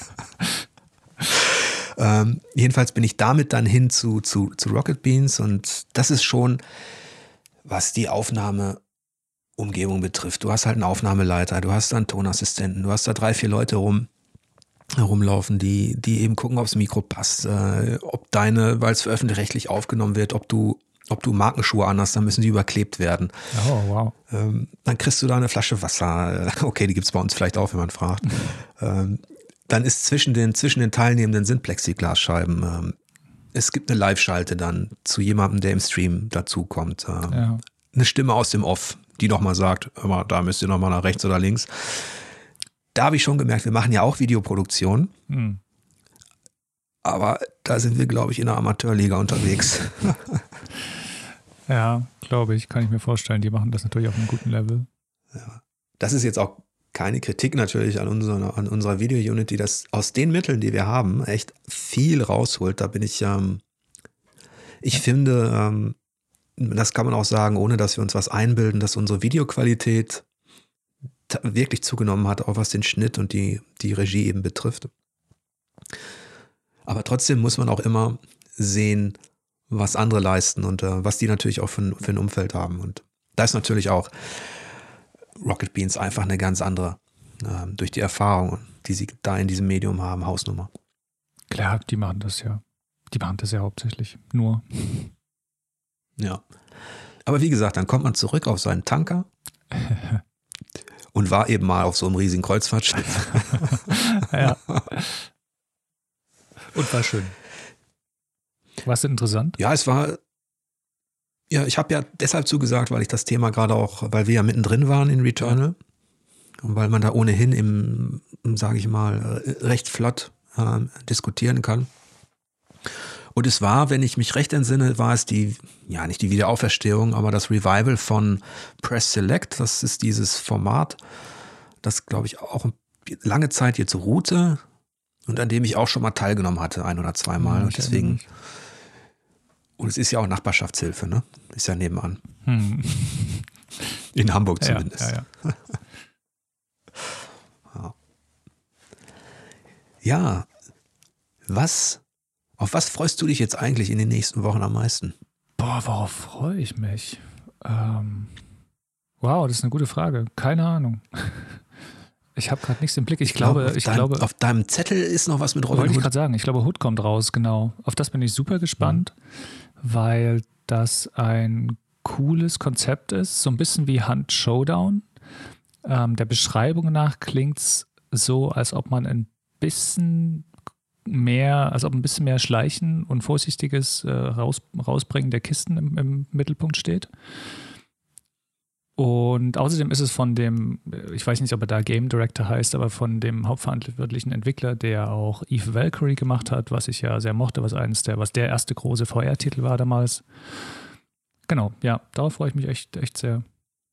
Ähm, jedenfalls bin ich damit dann hin zu, zu, zu Rocket Beans und das ist schon, was die Aufnahmeumgebung betrifft. Du hast halt einen Aufnahmeleiter, du hast da einen Tonassistenten, du hast da drei, vier Leute rum, herumlaufen, die, die eben gucken, ob das Mikro passt, äh, ob deine, weil es öffentlich-rechtlich aufgenommen wird, ob du, ob du Markenschuhe anhast, dann müssen die überklebt werden. Oh, wow. Ähm, dann kriegst du da eine Flasche Wasser. Okay, die gibt es bei uns vielleicht auch, wenn man fragt. ähm, dann ist zwischen den, zwischen den Teilnehmenden sind Plexiglasscheiben. Ähm, es gibt eine Live-Schalte dann zu jemandem, der im Stream dazukommt. Ähm, Ja. Eine Stimme aus dem Off, die nochmal sagt, hör mal, da müsst ihr nochmal nach rechts oder links. Da habe ich schon gemerkt, wir machen ja auch Videoproduktion. Hm. Aber da sind wir, glaube ich, in einer Amateurliga unterwegs. Ja, glaube ich, kann ich mir vorstellen. Die machen das natürlich auf einem guten Level. Ja. Das ist jetzt auch keine Kritik natürlich an unserer, an unserer Video-Unit, die das aus den Mitteln, die wir haben, echt viel rausholt. Da bin ich, ähm, ich ja. finde, ähm, das kann man auch sagen, ohne dass wir uns was einbilden, dass unsere Videoqualität t- wirklich zugenommen hat, auch was den Schnitt und die, die Regie eben betrifft. Aber trotzdem muss man auch immer sehen, was andere leisten und äh, was die natürlich auch für, für ein Umfeld haben. Und da ist natürlich auch Rocket Beans einfach eine ganz andere, äh, durch die Erfahrung, die sie da in diesem Medium haben, Hausnummer. Klar, die machen das ja. Die machen das ja hauptsächlich. Nur. Ja. Aber wie gesagt, dann kommt man zurück auf seinen Tanker und war eben mal auf so einem riesigen Kreuzfahrtschiff. Ja. Und war schön. War es interessant? Ja, es war, ja, ich habe ja deshalb zugesagt, weil ich das Thema gerade auch, weil wir ja mittendrin waren in Returnal und weil man da ohnehin im, sage ich mal, recht flott äh, diskutieren kann. Und es war, wenn ich mich recht entsinne, war es die, ja nicht die Wiederauferstehung, aber das Revival von Press Select. Das ist dieses Format, das glaube ich auch lange Zeit jetzt ruhte und an dem ich auch schon mal teilgenommen hatte, ein oder zweimal. Ja, und deswegen, und es ist ja auch Nachbarschaftshilfe, ne? Ist ja nebenan. Hm. In Hamburg zumindest. Ja, ja, ja. Ja. Ja, was, auf was freust du dich jetzt eigentlich in den nächsten Wochen am meisten? Boah, worauf freue ich mich? Ähm, wow, das ist eine gute Frage. Keine Ahnung. Ich habe gerade nichts im Blick. Ich, ich glaube, glaub, ich dein, glaube, auf deinem Zettel ist noch was mit Robin Hood. Wollte ich gerade sagen. Ich glaube, Hood kommt raus, genau. Auf das bin ich super gespannt, mhm. weil das ein cooles Konzept ist. So ein bisschen wie Hunt Showdown. Ähm, der Beschreibung nach klingt es so, als ob man ein bisschen mehr, als ob ein bisschen mehr Schleichen und vorsichtiges äh, raus, Rausbringen der Kisten im, im Mittelpunkt steht. Und außerdem ist es von dem, ich weiß nicht, ob er da Game Director heißt, aber von dem hauptverantwortlichen Entwickler, der auch Eve Valkyrie gemacht hat, was ich ja sehr mochte, was eines der, was der erste große V R-Titel war damals. Genau, ja, darauf freue ich mich echt, echt sehr.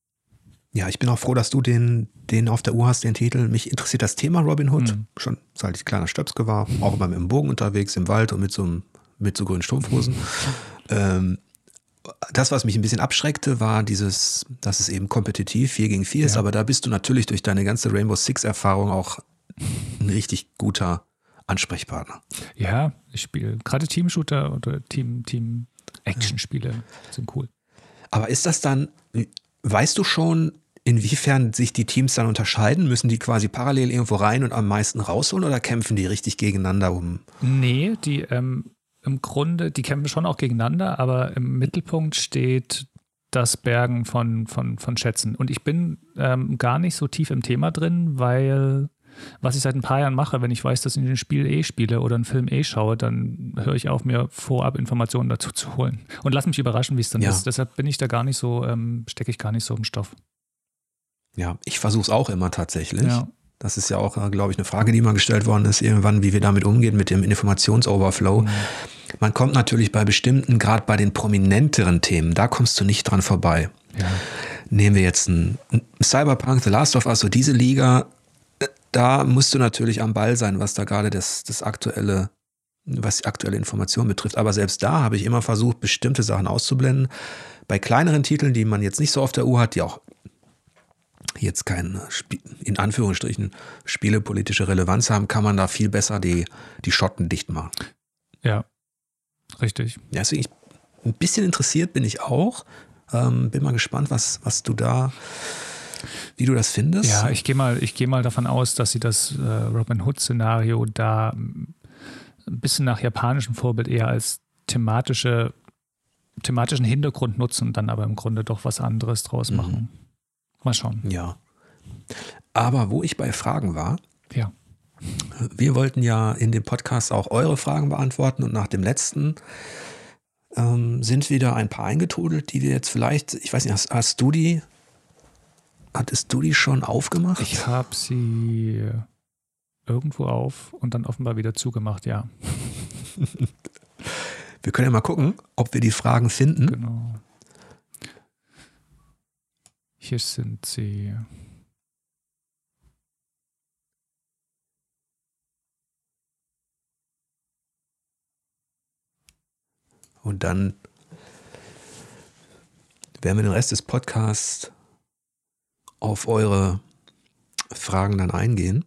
Ja, ich bin auch froh, dass du den, den auf der Uhr hast, den Titel. Mich interessiert das Thema Robin Hood, mhm. schon seit ich kleiner Stöpske war, auch immer mit dem Bogen unterwegs im Wald und mit so, mit so grünen Strumpfhosen. ähm, Das, was mich ein bisschen abschreckte, war dieses, dass es eben kompetitiv vier gegen vier ist, ja. aber da bist du natürlich durch deine ganze Rainbow Six-Erfahrung auch ein richtig guter Ansprechpartner. Ja, ich spiele gerade Team-Shooter oder Team, Team-Action-Spiele sind cool. Aber ist das dann, weißt du schon, inwiefern sich die Teams dann unterscheiden? Müssen die quasi parallel irgendwo rein und am meisten rausholen oder kämpfen die richtig gegeneinander um? Nee, die, ähm, im Grunde, die kämpfen schon auch gegeneinander, aber im Mittelpunkt steht das Bergen von, von, von Schätzen. Und ich bin ähm, gar nicht so tief im Thema drin, weil was ich seit ein paar Jahren mache, wenn ich weiß, dass ich ein Spiel eh spiele oder einen Film eh schaue, dann höre ich auf, mir vorab Informationen dazu zu holen. Und lass mich überraschen, wie es dann ja. ist. Deshalb bin ich da gar nicht so, ähm, stecke ich gar nicht so im Stoff. Ja, ich versuche es auch immer tatsächlich. Ja. Das ist ja auch, glaube ich, eine Frage, die mal gestellt worden ist, irgendwann, wie wir damit umgehen, mit dem Informationsoverflow. Mhm. Man kommt natürlich bei bestimmten, gerade bei den prominenteren Themen, da kommst du nicht dran vorbei. Ja. Nehmen wir jetzt einen Cyberpunk, The Last of Us, so diese Liga, da musst du natürlich am Ball sein, was da gerade das, das aktuelle, was die aktuelle Information betrifft. Aber selbst da habe ich immer versucht, bestimmte Sachen auszublenden. Bei kleineren Titeln, die man jetzt nicht so auf der Uhr hat, die auch jetzt keine, in Anführungsstrichen, spielepolitische Relevanz haben, kann man da viel besser die, die Schotten dicht machen. Ja, richtig. Ja, deswegen ich, ein bisschen interessiert bin ich auch. Ähm, bin mal gespannt, was, was du da, wie du das findest. Ja, ich gehe mal, ich gehe mal davon aus, dass sie das äh, Robin Hood-Szenario da ein bisschen nach japanischem Vorbild eher als thematische, thematischen Hintergrund nutzen und dann aber im Grunde doch was anderes draus machen. Mhm. Mal schauen. Ja. Aber wo ich bei Fragen war, ja. Wir wollten ja in dem Podcast auch eure Fragen beantworten und nach dem letzten ähm, sind wieder ein paar eingetrudelt, die wir jetzt vielleicht, ich weiß nicht, hast, hast du die, hattest du die schon aufgemacht? Ich habe sie irgendwo auf und dann offenbar wieder zugemacht, ja. Wir können ja mal gucken, ob wir die Fragen finden. Genau. Hier sind sie. Und dann werden wir den Rest des Podcasts auf eure Fragen dann eingehen.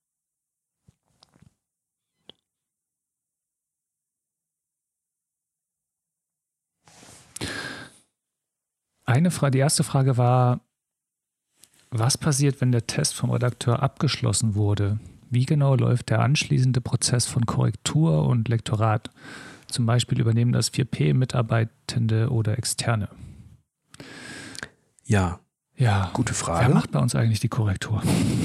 Eine Frage, die erste Frage war, was passiert, wenn der Test vom Redakteur abgeschlossen wurde? Wie genau läuft der anschließende Prozess von Korrektur und Lektorat? Zum Beispiel übernehmen das vier P Mitarbeitende oder Externe? Ja, ja, gute Frage. Wer macht bei uns eigentlich die Korrektur?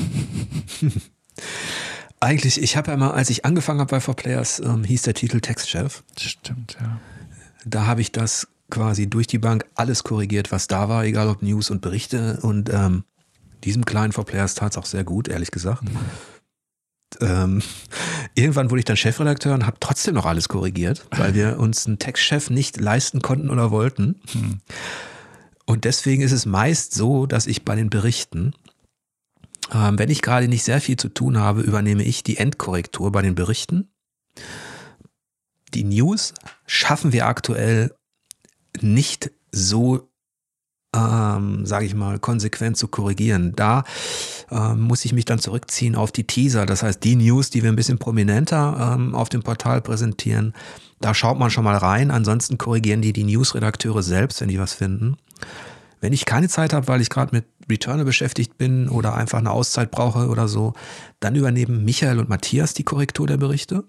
Eigentlich, ich habe ja mal, als ich angefangen habe bei four Players, ähm, hieß der Titel Textchef. Stimmt, ja. Da habe ich das quasi durch die Bank alles korrigiert, was da war, egal ob News und Berichte. Und ähm, diesem kleinen four Players tat es auch sehr gut, ehrlich gesagt. Mhm. Ähm, irgendwann wurde ich dann Chefredakteur und habe trotzdem noch alles korrigiert, weil wir uns einen Textchef nicht leisten konnten oder wollten. Mhm. Und deswegen ist es meist so, dass ich bei den Berichten, ähm, wenn ich gerade nicht sehr viel zu tun habe, übernehme ich die Endkorrektur bei den Berichten. Die News schaffen wir aktuell nicht so, ähm, sage ich mal, konsequent zu korrigieren. Da ähm, muss ich mich dann zurückziehen auf die Teaser. Das heißt, die News, die wir ein bisschen prominenter ähm, auf dem Portal präsentieren, da schaut man schon mal rein. Ansonsten korrigieren die die News-Redakteure selbst, wenn die was finden. Wenn ich keine Zeit habe, weil ich gerade mit Returnal beschäftigt bin oder einfach eine Auszeit brauche oder so, dann übernehmen Michael und Matthias die Korrektur der Berichte.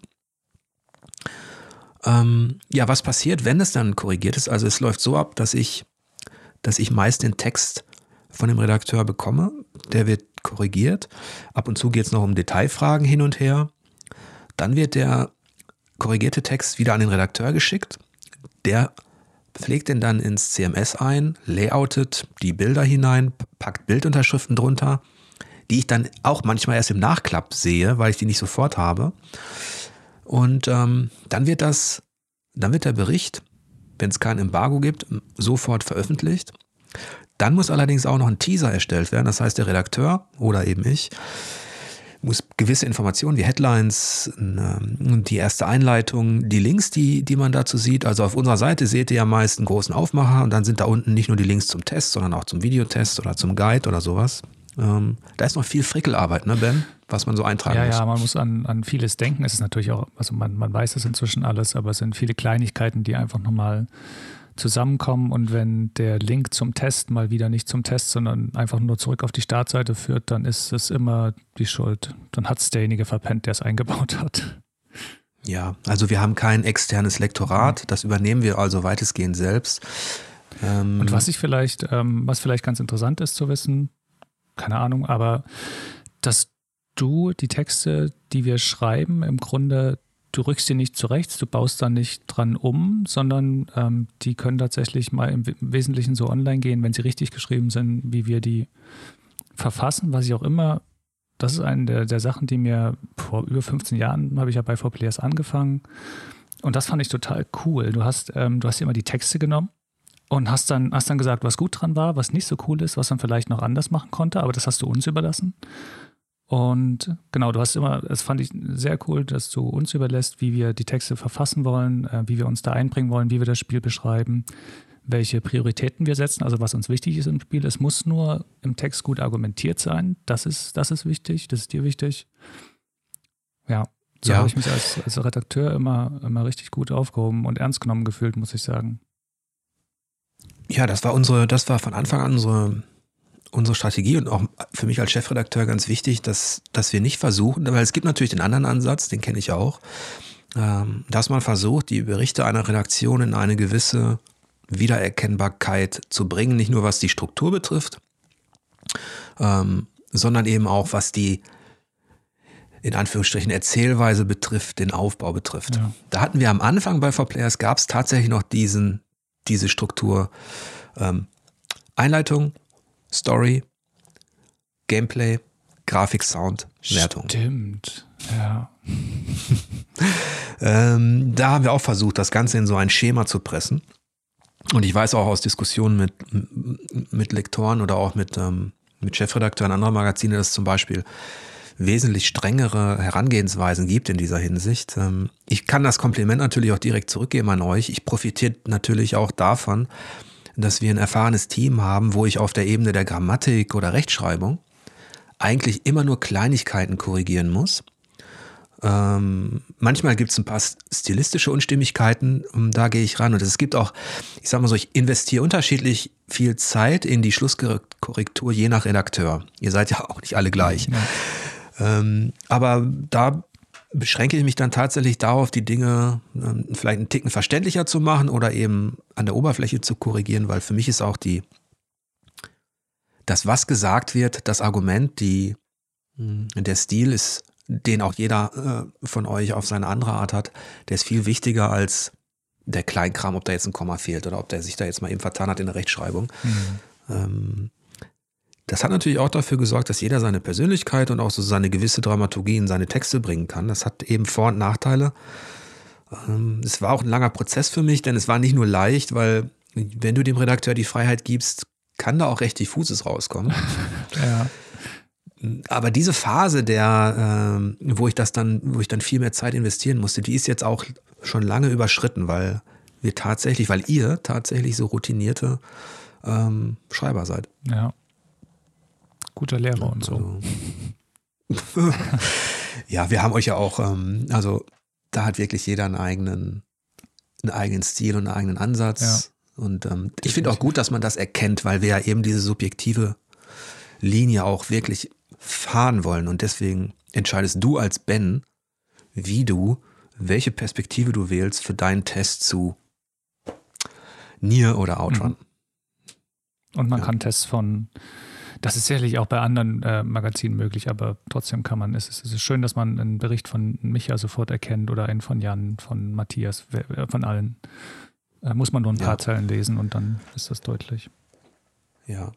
Ähm, ja, was passiert, wenn es dann korrigiert ist? Also es läuft so ab, dass ich, dass ich meist den Text von dem Redakteur bekomme. Der wird korrigiert. Ab und zu geht es noch um Detailfragen hin und her. Dann wird der korrigierte Text wieder an den Redakteur geschickt. Der pflegt den dann ins C M S ein, layoutet die Bilder hinein, packt Bildunterschriften drunter, die ich dann auch manchmal erst im Nachklapp sehe, weil ich die nicht sofort habe. Und ähm, dann wird das, dann wird der Bericht, wenn es kein Embargo gibt, sofort veröffentlicht. Dann muss allerdings auch noch ein Teaser erstellt werden. Das heißt, der Redakteur oder eben ich muss gewisse Informationen wie Headlines, die erste Einleitung, die Links, die, die man dazu sieht. Also auf unserer Seite seht ihr ja meist einen großen Aufmacher und dann sind da unten nicht nur die Links zum Test, sondern auch zum Videotest oder zum Guide oder sowas. Ähm, da ist noch viel Frickelarbeit, ne Ben, was man so eintragen ja, muss. Ja, man muss an, an vieles denken. Es ist natürlich auch, also man, man weiß es inzwischen alles, aber es sind viele Kleinigkeiten, die einfach nochmal zusammenkommen, und wenn der Link zum Test mal wieder nicht zum Test, sondern einfach nur zurück auf die Startseite führt, dann ist es immer die Schuld. Dann hat es derjenige verpennt, der es eingebaut hat. Ja, also wir haben kein externes Lektorat, das übernehmen wir also weitestgehend selbst. Ähm und was ich vielleicht, ähm, was vielleicht ganz interessant ist zu wissen, keine Ahnung, aber dass du die Texte, die wir schreiben, im Grunde, du rückst sie nicht zurecht, du baust da nicht dran um, sondern ähm, die können tatsächlich mal im Wesentlichen so online gehen, wenn sie richtig geschrieben sind, wie wir die verfassen, was ich auch immer, das ist eine der, der Sachen, die mir vor über fünfzehn Jahren, habe ich ja bei four Players angefangen, und das fand ich total cool. Du hast, ähm, du hast immer die Texte genommen und hast dann, hast dann gesagt, was gut dran war, was nicht so cool ist, was man vielleicht noch anders machen konnte, aber das hast du uns überlassen. Und genau, du hast immer, das fand ich sehr cool, dass du uns überlässt, wie wir die Texte verfassen wollen, äh, wie wir uns da einbringen wollen, wie wir das Spiel beschreiben, welche Prioritäten wir setzen, also was uns wichtig ist im Spiel. Es muss nur im Text gut argumentiert sein. Das ist, das ist wichtig, das ist dir wichtig. Ja, so ja. habe ich mich als, als Redakteur immer, immer richtig gut aufgehoben und ernst genommen gefühlt, muss ich sagen. Ja, das war unsere, das war von Anfang an unsere Unsere Strategie und auch für mich als Chefredakteur ganz wichtig, dass, dass wir nicht versuchen, weil es gibt natürlich den anderen Ansatz, den kenne ich auch, ähm, dass man versucht, die Berichte einer Redaktion in eine gewisse Wiedererkennbarkeit zu bringen, nicht nur was die Struktur betrifft, ähm, sondern eben auch was die, in Anführungsstrichen Erzählweise betrifft, den Aufbau betrifft. Ja. Da hatten wir am Anfang bei four Players, gab es tatsächlich noch diesen, diese Struktur ähm, Einleitung, Story, Gameplay, Grafik, Sound, Wertung. Stimmt, ja. ähm, da haben wir auch versucht, das Ganze in so ein Schema zu pressen. Und ich weiß auch aus Diskussionen mit, mit Lektoren oder auch mit, ähm, mit Chefredakteuren anderer Magazine, dass es zum Beispiel wesentlich strengere Herangehensweisen gibt in dieser Hinsicht. Ähm, ich kann das Kompliment natürlich auch direkt zurückgeben an euch. Ich profitiere natürlich auch davon, dass wir ein erfahrenes Team haben, wo ich auf der Ebene der Grammatik oder Rechtschreibung eigentlich immer nur Kleinigkeiten korrigieren muss. Ähm, manchmal gibt es ein paar stilistische Unstimmigkeiten, da gehe ich ran. Und es gibt auch, ich sag mal so, ich investiere unterschiedlich viel Zeit in die Schlusskorrektur, je nach Redakteur. Ihr seid ja auch nicht alle gleich. Ja. Ähm, aber da beschränke ich mich dann tatsächlich darauf, die Dinge ähm, vielleicht einen Ticken verständlicher zu machen oder eben an der Oberfläche zu korrigieren, weil für mich ist auch die, das, was gesagt wird, das Argument, die, der Stil ist, den auch jeder äh, von euch auf seine andere Art hat, der ist viel wichtiger als der Kleinkram, ob da jetzt ein Komma fehlt oder ob der sich da jetzt mal eben vertan hat in der Rechtschreibung. Mhm. Ähm, das hat natürlich auch dafür gesorgt, dass jeder seine Persönlichkeit und auch so seine gewisse Dramaturgie in seine Texte bringen kann. Das hat eben Vor- und Nachteile. Ähm, es war auch ein langer Prozess für mich, denn es war nicht nur leicht, weil wenn du dem Redakteur die Freiheit gibst, kann da auch recht diffuses rauskommen. Ja. Aber diese Phase, der, ähm, wo ich das dann, wo ich dann viel mehr Zeit investieren musste, die ist jetzt auch schon lange überschritten, weil wir tatsächlich, weil ihr tatsächlich so routinierte ähm, Schreiber seid. Ja. Guter Lehrer und so. Also, ja, wir haben euch ja auch, ähm, also da hat wirklich jeder einen eigenen, einen eigenen Stil und einen eigenen Ansatz. Ja. Und ähm, ich finde auch gut, dass man das erkennt, weil wir ja eben diese subjektive Linie auch wirklich fahren wollen. Und deswegen entscheidest du als Ben, wie du, welche Perspektive du wählst für deinen Test zu Nier oder Outrun. Und man ja. kann Tests von, das ist sicherlich auch bei anderen äh, Magazinen möglich, aber trotzdem kann man, es ist, es ist schön, dass man einen Bericht von Micha sofort erkennt oder einen von Jan, von Matthias, von allen. Da muss man nur ein paar ja. Zeilen lesen und dann ist das deutlich. Ja.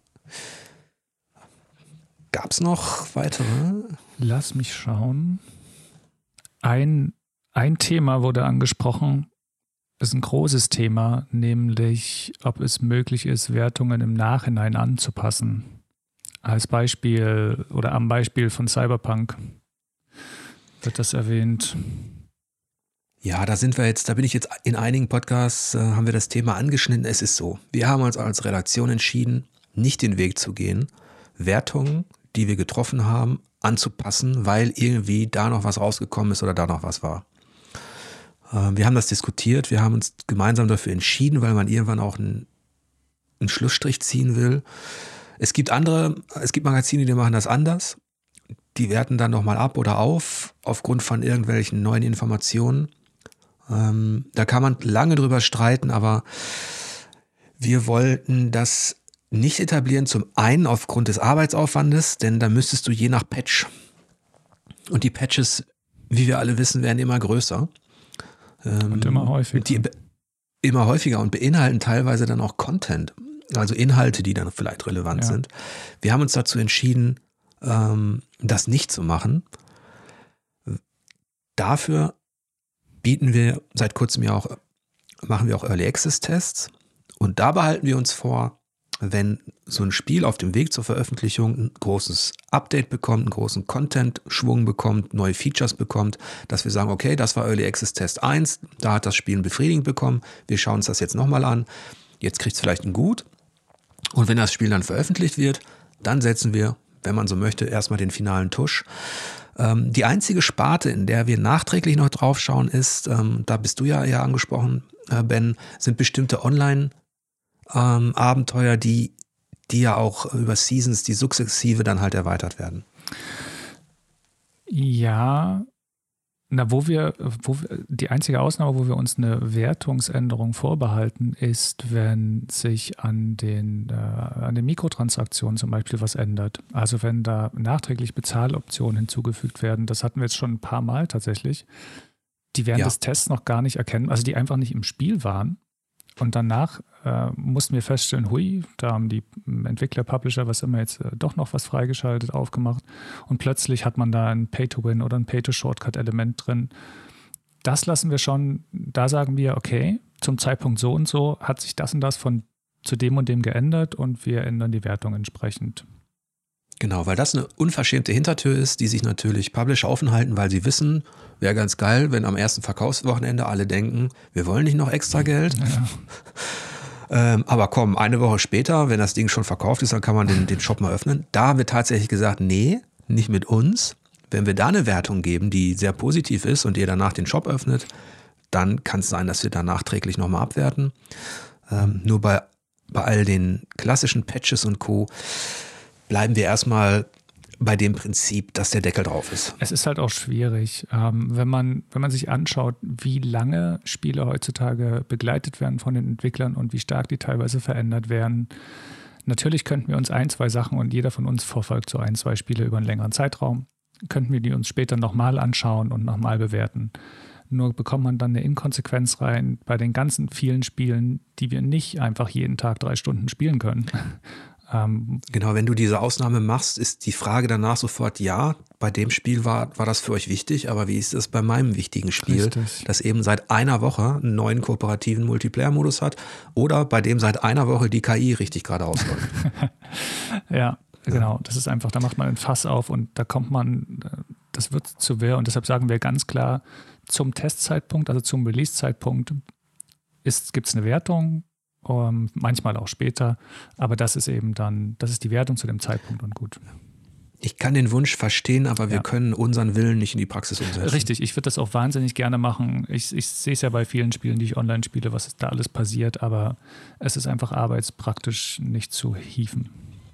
Gab es noch weitere? Lass mich schauen. Ein, ein Thema wurde angesprochen, ist ein großes Thema, nämlich ob es möglich ist, Wertungen im Nachhinein anzupassen. Als Beispiel oder am Beispiel von Cyberpunk wird das erwähnt. Ja, da sind wir jetzt, da bin ich jetzt in einigen Podcasts, äh, haben wir das Thema angeschnitten. Es ist so, wir haben uns als Redaktion entschieden, nicht den Weg zu gehen, Wertungen, die wir getroffen haben, anzupassen, weil irgendwie da noch was rausgekommen ist oder da noch was war. Äh, wir haben das diskutiert, wir haben uns gemeinsam dafür entschieden, weil man irgendwann auch einen, einen Schlussstrich ziehen will. Es gibt andere, es gibt Magazine, die machen das anders. Die werten dann nochmal ab oder auf, aufgrund von irgendwelchen neuen Informationen. Ähm, da kann man lange drüber streiten, aber wir wollten das nicht etablieren, zum einen aufgrund des Arbeitsaufwandes, denn da müsstest du je nach Patch, und die Patches, wie wir alle wissen, werden immer größer. Ähm, und immer häufiger. Die, immer häufiger und beinhalten teilweise dann auch Content, also Inhalte, die dann vielleicht relevant ja. sind. Wir haben uns dazu entschieden, ähm, das nicht zu machen. Dafür bieten wir seit kurzem ja auch, machen wir auch Early Access Tests, und da behalten wir uns vor, wenn so ein Spiel auf dem Weg zur Veröffentlichung ein großes Update bekommt, einen großen Content-Schwung bekommt, neue Features bekommt, dass wir sagen, okay, das war Early Access Test eins, da hat das Spiel ein befriedigend bekommen, wir schauen uns das jetzt nochmal an, jetzt kriegt es vielleicht ein Gut, und wenn das Spiel dann veröffentlicht wird, dann setzen wir, wenn man so möchte, erstmal den finalen Tusch. Ähm, die einzige Sparte, in der wir nachträglich noch drauf schauen, ist, ähm, da bist du ja eher angesprochen, äh, Ben, sind bestimmte Online- Ähm, Abenteuer, die, die ja auch über Seasons, die sukzessive dann halt erweitert werden. Ja, Na, wo wir, wo wir, die einzige Ausnahme, wo wir uns eine Wertungsänderung vorbehalten, ist, wenn sich an den, äh, an den Mikrotransaktionen zum Beispiel was ändert. Also wenn da nachträglich Bezahloptionen hinzugefügt werden, das hatten wir jetzt schon ein paar Mal tatsächlich, die während Ja. des Tests noch gar nicht erkennen, also die einfach nicht im Spiel waren. Und danach äh, mussten wir feststellen, hui, da haben die Entwickler, Publisher, was immer jetzt äh, doch noch was freigeschaltet, aufgemacht. Und plötzlich hat man da ein Pay-to-Win oder ein Pay-to-Shortcut-Element drin. Das lassen wir schon, da sagen wir, okay, zum Zeitpunkt so und so hat sich das und das von zu dem und dem geändert und wir ändern die Wertung entsprechend. Genau, weil das eine unverschämte Hintertür ist, die sich natürlich Publisher offen halten, weil sie wissen, wäre ganz geil, wenn am ersten Verkaufswochenende alle denken, wir wollen nicht noch extra Geld. Ja. ähm, aber komm, eine Woche später, wenn das Ding schon verkauft ist, dann kann man den, den Shop mal öffnen. Da haben wir tatsächlich gesagt, nee, nicht mit uns. Wenn wir da eine Wertung geben, die sehr positiv ist und ihr danach den Shop öffnet, dann kann es sein, dass wir da nachträglich nochmal abwerten. Ähm, nur bei, bei all den klassischen Patches und Co. bleiben wir erstmal bei dem Prinzip, dass der Deckel drauf ist. Es ist halt auch schwierig, ähm, wenn man, wenn man sich anschaut, wie lange Spiele heutzutage begleitet werden von den Entwicklern und wie stark die teilweise verändert werden. Natürlich könnten wir uns ein, zwei Sachen, und jeder von uns verfolgt so ein, zwei Spiele über einen längeren Zeitraum, könnten wir die uns später nochmal anschauen und nochmal bewerten. Nur bekommt man dann eine Inkonsequenz rein bei den ganzen vielen Spielen, die wir nicht einfach jeden Tag drei Stunden spielen können. Ähm, genau, wenn du diese Ausnahme machst, ist die Frage danach sofort, ja, bei dem Spiel war, war das für euch wichtig, aber wie ist es bei meinem wichtigen Spiel, Richtig. das eben seit einer Woche einen neuen kooperativen Multiplayer-Modus hat oder bei dem seit einer Woche die K I richtig gerade ausläuft? Ja, genau. Das ist einfach, da macht man ein Fass auf und da kommt man, das wird zu wirr und deshalb sagen wir ganz klar, zum Testzeitpunkt, also zum Release-Zeitpunkt gibt es eine Wertung, Um, manchmal auch später, aber das ist eben dann, das ist die Wertung zu dem Zeitpunkt und gut. Ich kann den Wunsch verstehen, aber wir Ja. können unseren Willen nicht in die Praxis umsetzen. Richtig, ich würde das auch wahnsinnig gerne machen. Ich, ich sehe es ja bei vielen Spielen, die ich online spiele, was da alles passiert, aber es ist einfach arbeitspraktisch nicht zu hieven.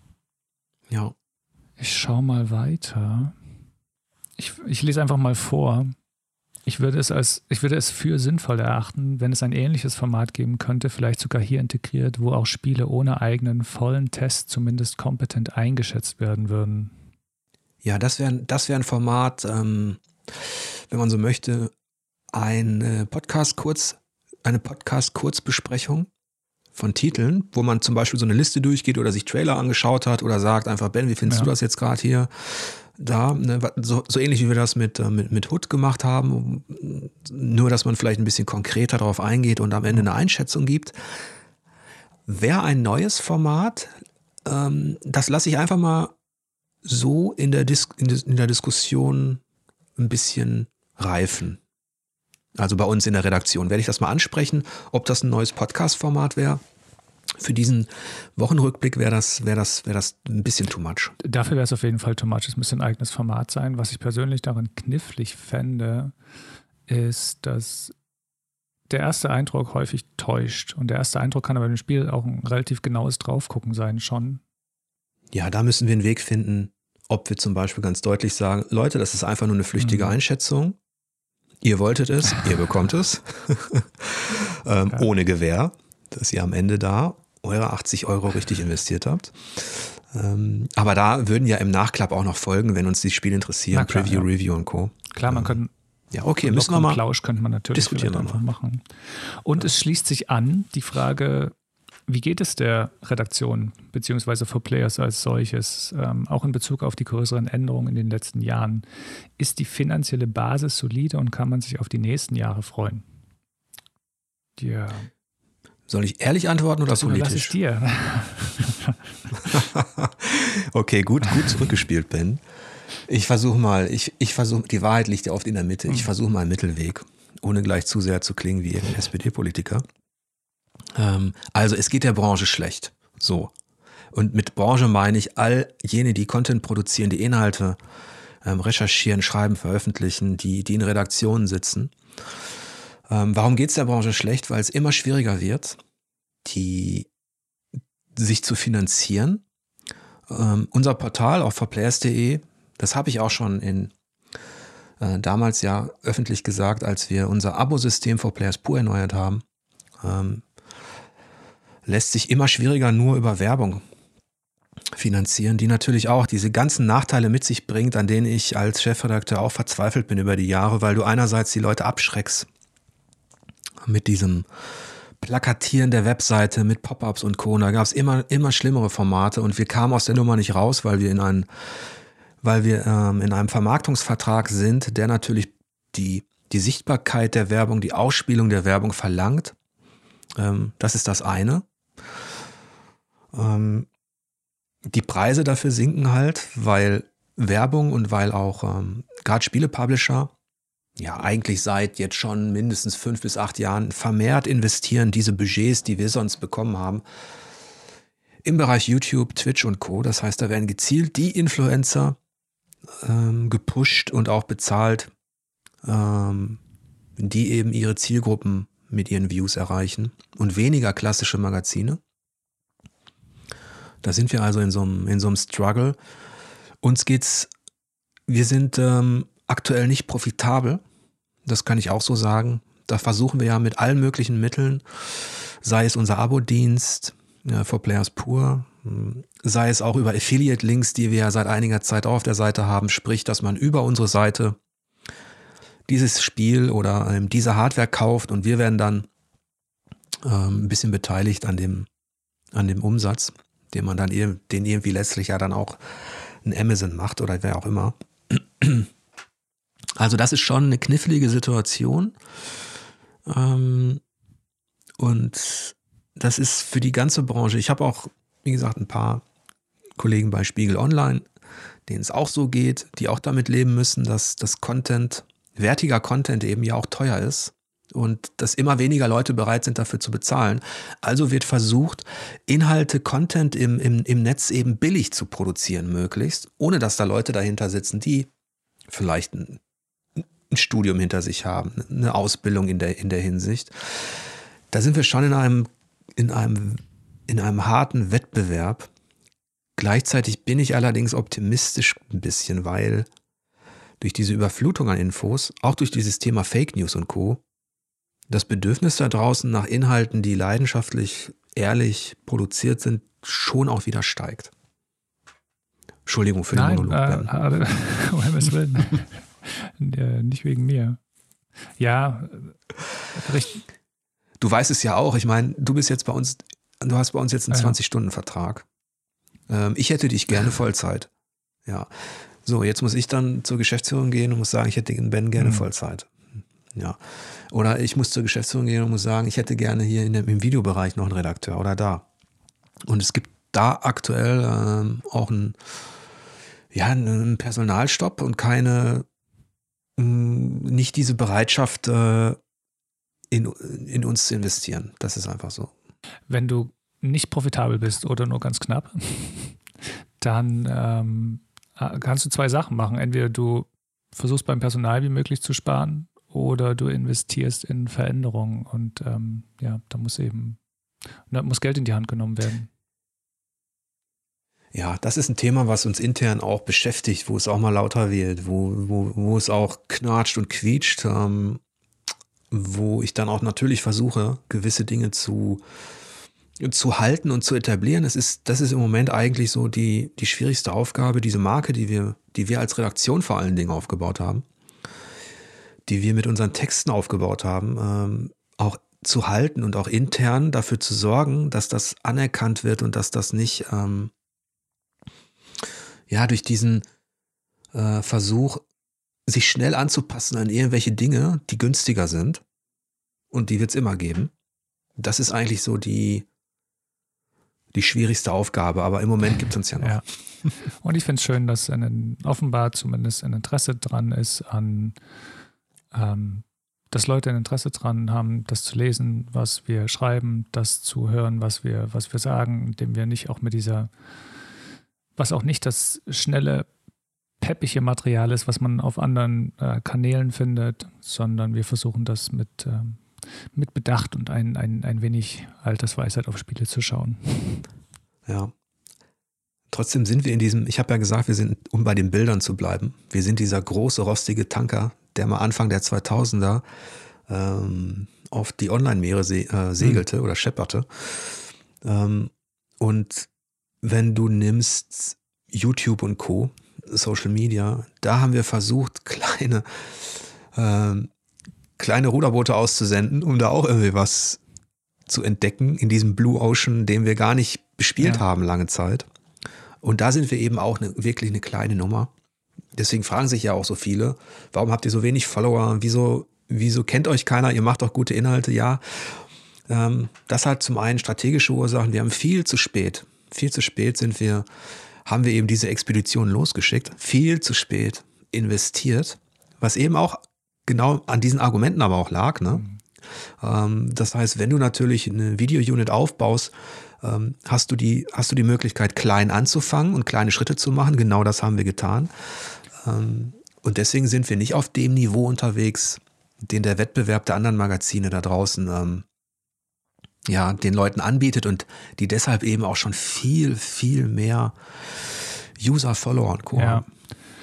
Ja. Ich schaue mal weiter. Ich, ich lese einfach mal vor. Ich würde es als, ich würde es für sinnvoll erachten, wenn es ein ähnliches Format geben könnte, vielleicht sogar hier integriert, wo auch Spiele ohne eigenen vollen Test zumindest kompetent eingeschätzt werden würden. Ja, das wäre das wär ein Format, ähm, wenn man so möchte, eine Podcast-Kurz, eine Podcast-Kurzbesprechung von Titeln, wo man zum Beispiel so eine Liste durchgeht oder sich Trailer angeschaut hat oder sagt einfach, Ben, wie findest Ja. du das jetzt gerade hier? Da, ne, so, so ähnlich wie wir das mit, mit, mit Hood gemacht haben, nur dass man vielleicht ein bisschen konkreter darauf eingeht und am Ende eine Einschätzung gibt. Wäre ein neues Format, ähm, das lasse ich einfach mal so in der, Dis- in, dis- in der Diskussion ein bisschen reifen. Also bei uns in der Redaktion werde ich das mal ansprechen, ob das ein neues Podcast-Format wäre. Für diesen Wochenrückblick wäre das, wär das, wär das ein bisschen too much. Dafür wäre es auf jeden Fall too much. Es müsste ein eigenes Format sein. Was ich persönlich daran knifflig fände, ist, dass der erste Eindruck häufig täuscht. Und der erste Eindruck kann aber im Spiel auch ein relativ genaues Draufgucken sein schon. Ja, da müssen wir einen Weg finden, ob wir zum Beispiel ganz deutlich sagen, Leute, das ist einfach nur eine flüchtige Mhm. Einschätzung. Ihr wolltet es, ihr bekommt es. ähm, Ja. Ohne Gewähr, dass ihr am Ende da eure achtzig Euro richtig investiert habt. Ähm, aber da würden ja im Nachklapp auch noch folgen, wenn uns die Spiele interessieren. Na klar, Preview, ja. Review und Co. Klar, man Ähm, kann Ja, okay, einen müssen wir lockeren mal. Plausch könnte man natürlich diskutieren vielleicht wir einfach machen. Und es schließt sich an die Frage, wie geht es der Redaktion beziehungsweise for Players als solches, ähm, auch in Bezug auf die größeren Änderungen in den letzten Jahren? Ist die finanzielle Basis solide und kann man sich auf die nächsten Jahre freuen? Ja, Soll ich ehrlich antworten oder das überlasse politisch? ich dir. Okay, gut, gut zurückgespielt, Ben. Ich versuche mal, ich, ich versuche, die Wahrheit liegt ja oft in der Mitte. Ich versuche mal einen Mittelweg, ohne gleich zu sehr zu klingen wie irgendein S P D-Politiker. Ähm, also es geht der Branche schlecht. So. Und mit Branche meine ich all jene, die Content produzieren, die Inhalte ähm, recherchieren, schreiben, veröffentlichen, die, die in Redaktionen sitzen. Ähm, warum geht es der Branche schlecht? Weil es immer schwieriger wird, die sich zu finanzieren. Ähm, unser Portal auf for players punkt de, das habe ich auch schon in äh, damals ja öffentlich gesagt, als wir unser Abo-System for Players Pur erneuert haben, ähm, lässt sich immer schwieriger nur über Werbung finanzieren, die natürlich auch diese ganzen Nachteile mit sich bringt, an denen ich als Chefredakteur auch verzweifelt bin über die Jahre, weil du einerseits die Leute abschreckst mit diesem Plakatieren der Webseite, mit Pop-ups und Co. Und da gab es immer, immer schlimmere Formate und wir kamen aus der Nummer nicht raus, weil wir in einen, weil wir ähm, in einem Vermarktungsvertrag sind, der natürlich die, die Sichtbarkeit der Werbung, die Ausspielung der Werbung verlangt. Ähm, das ist das eine. Ähm, Die Preise dafür sinken halt, weil Werbung und weil auch ähm, gerade Spiele-Publisher ja eigentlich seit jetzt schon mindestens fünf bis acht Jahren vermehrt investieren diese Budgets, die wir sonst bekommen haben, im Bereich YouTube, Twitch und Co. Das heißt, da werden gezielt die Influencer ähm, gepusht und auch bezahlt, ähm, die eben ihre Zielgruppen mit ihren Views erreichen und weniger klassische Magazine. Da sind wir also in so einem, in so einem Struggle. Uns geht's, wir sind ähm, aktuell nicht profitabel. Das kann ich auch so sagen. Da versuchen wir ja mit allen möglichen Mitteln, sei es unser Abo-Dienst ja, for Players Pur, sei es auch über Affiliate-Links, die wir ja seit einiger Zeit auch auf der Seite haben, sprich, dass man über unsere Seite dieses Spiel oder ähm, diese Hardware kauft und wir werden dann ähm, ein bisschen beteiligt an dem, an dem Umsatz, den man dann den irgendwie letztlich ja dann auch ein Amazon macht oder wer auch immer. Also das ist schon eine knifflige Situation. Ähm, und das ist für die ganze Branche. Ich habe auch, wie gesagt, ein paar Kollegen bei Spiegel Online, denen es auch so geht, die auch damit leben müssen, dass das Content, wertiger Content eben ja auch teuer ist. Und dass immer weniger Leute bereit sind, dafür zu bezahlen. Also wird versucht, Inhalte, Content im, im, im Netz eben billig zu produzieren, möglichst, ohne dass da Leute dahinter sitzen, die vielleicht ein, ein Studium hinter sich haben, eine Ausbildung in der, in der Hinsicht. Da sind wir schon in einem, in einem, in einem harten Wettbewerb. Gleichzeitig bin ich allerdings optimistisch ein bisschen, weil durch diese Überflutung an Infos, auch durch dieses Thema Fake News und Co., das Bedürfnis da draußen nach Inhalten, die leidenschaftlich, ehrlich produziert sind, schon auch wieder steigt. Entschuldigung für den Nein, Monolog. Nein, äh, um Himmels Willen. Nicht wegen mir. Ja, richtig. Du weißt es ja auch, ich meine, du bist jetzt bei uns, du hast bei uns jetzt einen Ja. zwanzig-Stunden-Vertrag. Ähm, ich hätte dich gerne Vollzeit. Ja. So, jetzt muss ich dann zur Geschäftsführung gehen und muss sagen, ich hätte den Ben gerne Mhm. Vollzeit. Ja. Oder ich muss zur Geschäftsführung gehen und muss sagen, ich hätte gerne hier in dem, im Videobereich noch einen Redakteur oder da. Und es gibt da aktuell ähm, auch einen, ja, einen Personalstopp und keine, mh, nicht diese Bereitschaft, äh, in, in uns zu investieren. Das ist einfach so. Wenn du nicht profitabel bist oder nur ganz knapp, dann ähm, kannst du zwei Sachen machen. Entweder du versuchst beim Personal wie möglich zu sparen oder du investierst in Veränderungen und ähm, ja, da muss eben da muss Geld in die Hand genommen werden. Ja, das ist ein Thema, was uns intern auch beschäftigt, wo es auch mal lauter wird, wo, wo, wo es auch knatscht und quietscht, ähm, wo ich dann auch natürlich versuche, gewisse Dinge zu, zu halten und zu etablieren. Es ist, das ist im Moment eigentlich so die, die schwierigste Aufgabe, diese Marke, die wir, die wir als Redaktion vor allen Dingen aufgebaut haben, die wir mit unseren Texten aufgebaut haben, ähm, auch zu halten und auch intern dafür zu sorgen, dass das anerkannt wird und dass das nicht ähm, ja durch diesen äh, Versuch, sich schnell anzupassen an irgendwelche Dinge, die günstiger sind, und die wird es immer geben. Das ist eigentlich so die, die schwierigste Aufgabe, aber im Moment gibt es uns ja noch. Ja. Und ich finde es schön, dass ein, offenbar zumindest ein Interesse dran ist an ähm, dass Leute ein Interesse dran haben, das zu lesen, was wir schreiben, das zu hören, was wir, was wir sagen, indem wir nicht auch mit dieser, was auch nicht das schnelle, peppige Material ist, was man auf anderen äh, Kanälen findet, sondern wir versuchen das mit, ähm, mit Bedacht und ein, ein, ein wenig Altersweisheit auf Spiele zu schauen. Ja. trotzdem sind wir in diesem, ich habe ja gesagt, wir sind, um bei den Bildern zu bleiben, wir sind dieser große, rostige Tanker, der mal Anfang der zweitausender ähm, auf die Online-Meere se äh, segelte mhm. oder schepperte. Ähm, und wenn du nimmst YouTube und Co., Social Media, da haben wir versucht, kleine, ähm, kleine Ruderboote auszusenden, um da auch irgendwie was zu entdecken in diesem Blue Ocean, den wir gar nicht bespielt ja. haben lange Zeit. Und da sind wir eben auch eine, wirklich eine kleine Nummer. Deswegen fragen sich ja auch so viele, warum habt ihr so wenig Follower? Wieso, wieso kennt euch keiner? Ihr macht doch gute Inhalte. Ja, ähm, das hat zum einen strategische Ursachen. Wir haben viel zu spät, viel zu spät sind wir, haben wir eben diese Expedition losgeschickt, viel zu spät investiert, was eben auch genau an diesen Argumenten aber auch lag, ne? Mhm. Ähm, das heißt, wenn du natürlich eine Video-Unit aufbaust, ähm, hast du die, hast du die Möglichkeit, klein anzufangen und kleine Schritte zu machen. Genau das haben wir getan. Ähm, und deswegen sind wir nicht auf dem Niveau unterwegs, den der Wettbewerb der anderen Magazine da draußen ähm, ja, den Leuten anbietet und die deshalb eben auch schon viel, viel mehr User, Follower und Co. Ja. haben.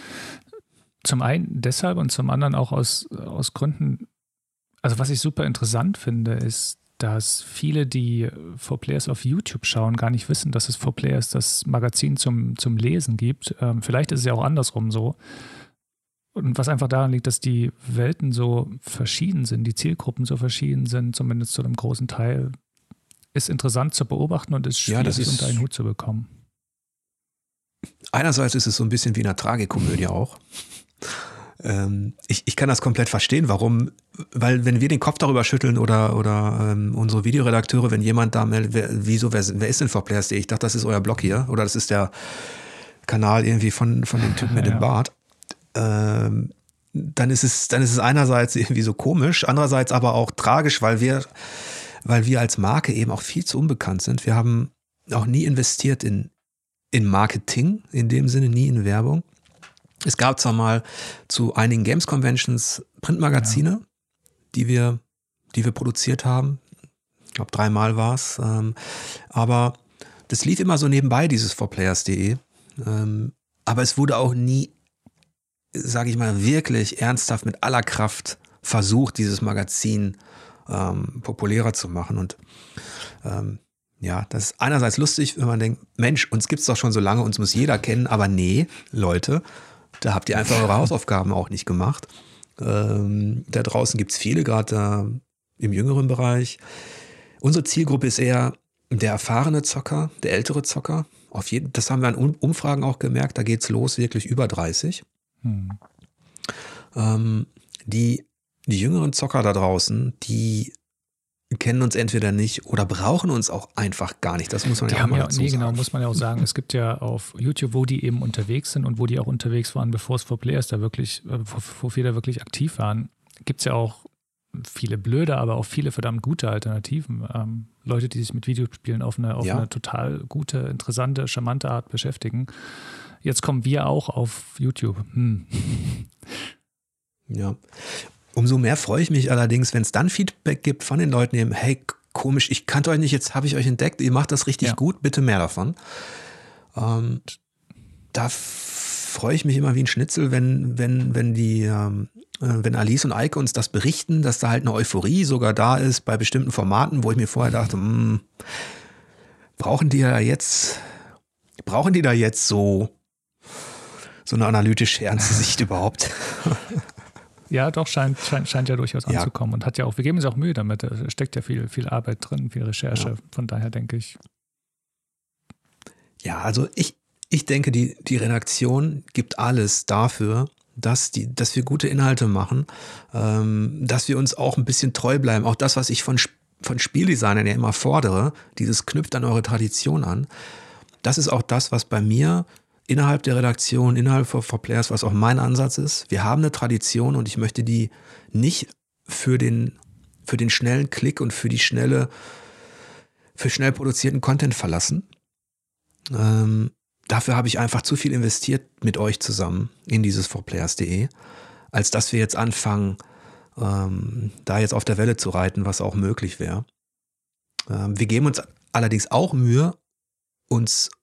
Zum einen deshalb und zum anderen auch aus, aus Gründen, also was ich super interessant finde, ist, dass viele, die four Players auf YouTube schauen, gar nicht wissen, dass es four Players das Magazin zum, zum Lesen gibt. Ähm, vielleicht ist es ja auch andersrum so. Und was einfach daran liegt, dass die Welten so verschieden sind, die Zielgruppen so verschieden sind, zumindest zu einem großen Teil, ist interessant zu beobachten und ist schwierig, ja, das ist unter einen Hut zu bekommen. Einerseits ist es so ein bisschen wie in einer Tragikomödie auch. ähm, ich, ich kann das komplett verstehen, warum, weil wenn wir den Kopf darüber schütteln oder, oder ähm, unsere Videoredakteure, wenn jemand da meldet, wer, wieso, wer, wer ist denn four Players? Ich dachte, das ist euer Blog hier oder das ist der Kanal irgendwie von, von dem Typen mit ja. dem Bart. Ähm, dann ist es, dann ist es einerseits irgendwie so komisch, andererseits aber auch tragisch, weil wir, weil wir als Marke eben auch viel zu unbekannt sind. Wir haben auch nie investiert in, in Marketing, in dem Sinne nie in Werbung. Es gab zwar mal zu einigen Games Conventions Printmagazine, ja. die wir, die wir produziert haben. Ich glaube, dreimal war es. Ähm, aber das lief immer so nebenbei, dieses four players punkt de. Ähm, aber es wurde auch nie, sage ich mal, wirklich ernsthaft mit aller Kraft versucht, dieses Magazin ähm, populärer zu machen. Und ähm, ja, das ist einerseits lustig, wenn man denkt, Mensch, uns gibt es doch schon so lange, uns muss jeder kennen, aber nee, Leute, da habt ihr einfach eure Hausaufgaben auch nicht gemacht. Ähm, da draußen gibt es viele, gerade äh, im jüngeren Bereich. Unsere Zielgruppe ist eher der erfahrene Zocker, der ältere Zocker. Auf jeden, das haben wir an Umfragen auch gemerkt, da geht es los, wirklich über dreißig. Hm. Ähm, die, die jüngeren Zocker da draußen, die kennen uns entweder nicht oder brauchen uns auch einfach gar nicht. Das muss man die ja auch mal ja, dazu nee, sagen. Genau, muss man ja auch sagen. Es gibt ja auf YouTube, wo die eben unterwegs sind und wo die auch unterwegs waren, bevor es four Players da wirklich, wo viele da wirklich aktiv waren, gibt es ja auch viele blöde, aber auch viele verdammt gute Alternativen. Ähm, Leute, die sich mit Videospielen auf eine, auf ja. eine total gute, interessante, charmante Art beschäftigen. Jetzt kommen wir auch auf YouTube. Hm. Ja. Umso mehr freue ich mich allerdings, wenn es dann Feedback gibt von den Leuten, die eben, hey, komisch, ich kannte euch nicht, jetzt habe ich euch entdeckt, ihr macht das richtig ja. gut, bitte mehr davon. Ähm, da freue ich mich immer wie ein Schnitzel, wenn, wenn, wenn die, ähm, wenn Alice und Eike uns das berichten, dass da halt eine Euphorie sogar da ist bei bestimmten Formaten, wo ich mir vorher dachte, mh, brauchen die da jetzt, brauchen die da jetzt so, so eine analytisch ernste Sicht überhaupt? Ja, doch, scheint, scheint, scheint ja durchaus ja. anzukommen und hat ja auch, wir geben uns auch Mühe damit, da steckt ja viel, viel Arbeit drin, viel Recherche, ja. von daher denke ich. Ja, also ich, ich denke, die, die Redaktion gibt alles dafür, dass, die, dass wir gute Inhalte machen, ähm, dass wir uns auch ein bisschen treu bleiben. Auch das, was ich von, von Spieldesignern ja immer fordere, dieses knüpft an eure Tradition an. Das ist auch das, was bei mir innerhalb der Redaktion, innerhalb von four Players, was auch mein Ansatz ist. Wir haben eine Tradition und ich möchte die nicht für den, für den schnellen Klick und für die schnelle, für schnell produzierten Content verlassen. Ähm, dafür habe ich einfach zu viel investiert mit euch zusammen in dieses four players punkt de, als dass wir jetzt anfangen, ähm, da jetzt auf der Welle zu reiten, was auch möglich wäre. Ähm, wir geben uns allerdings auch Mühe, uns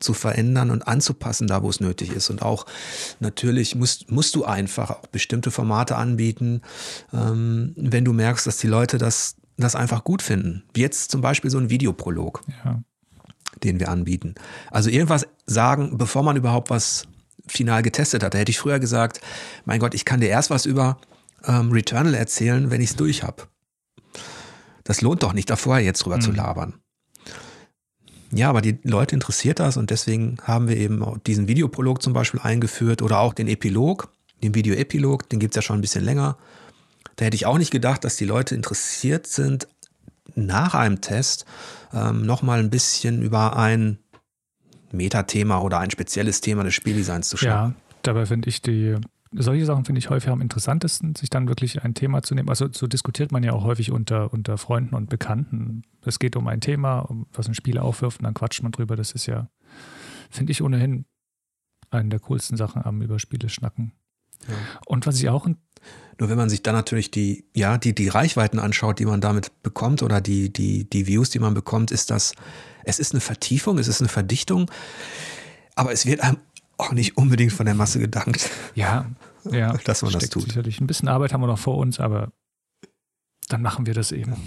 zu verändern und anzupassen, da wo es nötig ist. Und auch natürlich musst, musst du einfach auch bestimmte Formate anbieten, ähm, wenn du merkst, dass die Leute das, das einfach gut finden. Wie jetzt zum Beispiel so ein Videoprolog, Ja. den wir anbieten. Also irgendwas sagen, bevor man überhaupt was final getestet hat. Da hätte ich früher gesagt, mein Gott, ich kann dir erst was über ähm, Returnal erzählen, wenn ich es durch habe. Das lohnt doch nicht, da vorher jetzt drüber mhm. zu labern. Ja, aber die Leute interessiert das und deswegen haben wir eben auch diesen Videoprolog zum Beispiel eingeführt oder auch den Epilog, den Videoepilog, den gibt es ja schon ein bisschen länger. Da hätte ich auch nicht gedacht, dass die Leute interessiert sind, nach einem Test ähm, nochmal ein bisschen über ein Metathema oder ein spezielles Thema des Spieldesigns zu schnacken. Ja, dabei finde ich die, solche Sachen finde ich häufig am interessantesten, sich dann wirklich ein Thema zu nehmen. Also so diskutiert man ja auch häufig unter, unter Freunden und Bekannten. Es geht um ein Thema, um was ein Spiel aufwirft und dann quatscht man drüber. Das ist ja, finde ich ohnehin eine der coolsten Sachen am über Spiele schnacken. Ja. Und was ich auch... Nur wenn man sich dann natürlich die, ja, die, die Reichweiten anschaut, die man damit bekommt oder die, die, die Views, die man bekommt, ist das, es ist eine Vertiefung, es ist eine Verdichtung, aber es wird einem auch nicht unbedingt von der Masse gedankt. Ja, ja. Dass man das tut. Sicherlich. Ein bisschen Arbeit haben wir noch vor uns, aber dann machen wir das eben.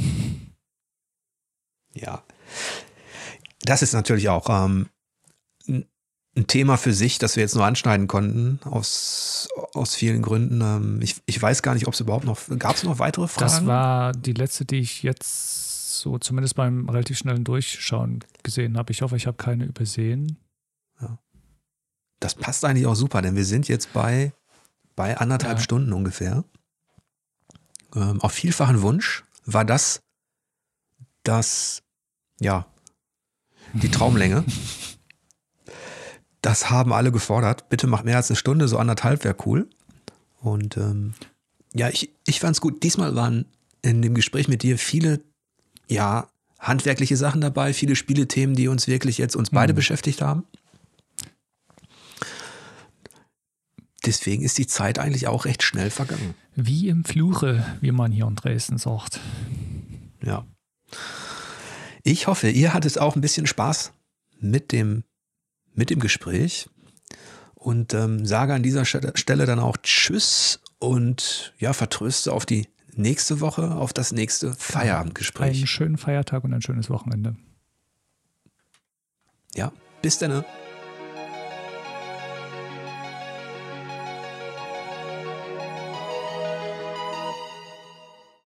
Ja. Das ist natürlich auch ähm, ein Thema für sich, das wir jetzt nur anschneiden konnten, aus, aus vielen Gründen. Ähm, ich, ich weiß gar nicht, ob es überhaupt noch, gab es noch weitere Fragen? Das war die letzte, die ich jetzt so zumindest beim relativ schnellen Durchschauen gesehen habe. Ich hoffe, ich habe keine übersehen. Ja. Das passt eigentlich auch super, denn wir sind jetzt bei, bei anderthalb ja. Stunden ungefähr. Ähm, auf vielfachen Wunsch war das, das, ja, die Traumlänge. Das haben alle gefordert. Bitte mach mehr als eine Stunde, so anderthalb wäre cool. Und ähm, ja, ich, ich fand es gut. Diesmal waren in dem Gespräch mit dir viele, ja, handwerkliche Sachen dabei, viele Spielethemen, die uns wirklich jetzt uns beide mhm. beschäftigt haben. Deswegen ist die Zeit eigentlich auch recht schnell vergangen. Wie im Fluche, wie man hier in Dresden sagt. Ja. Ich hoffe, ihr hattet auch ein bisschen Spaß mit dem mit dem Gespräch und ähm, sage an dieser Stelle dann auch Tschüss und ja, vertröste auf die nächste Woche, auf das nächste Feierabendgespräch. Einen schönen Feiertag und ein schönes Wochenende. Ja, bis dann.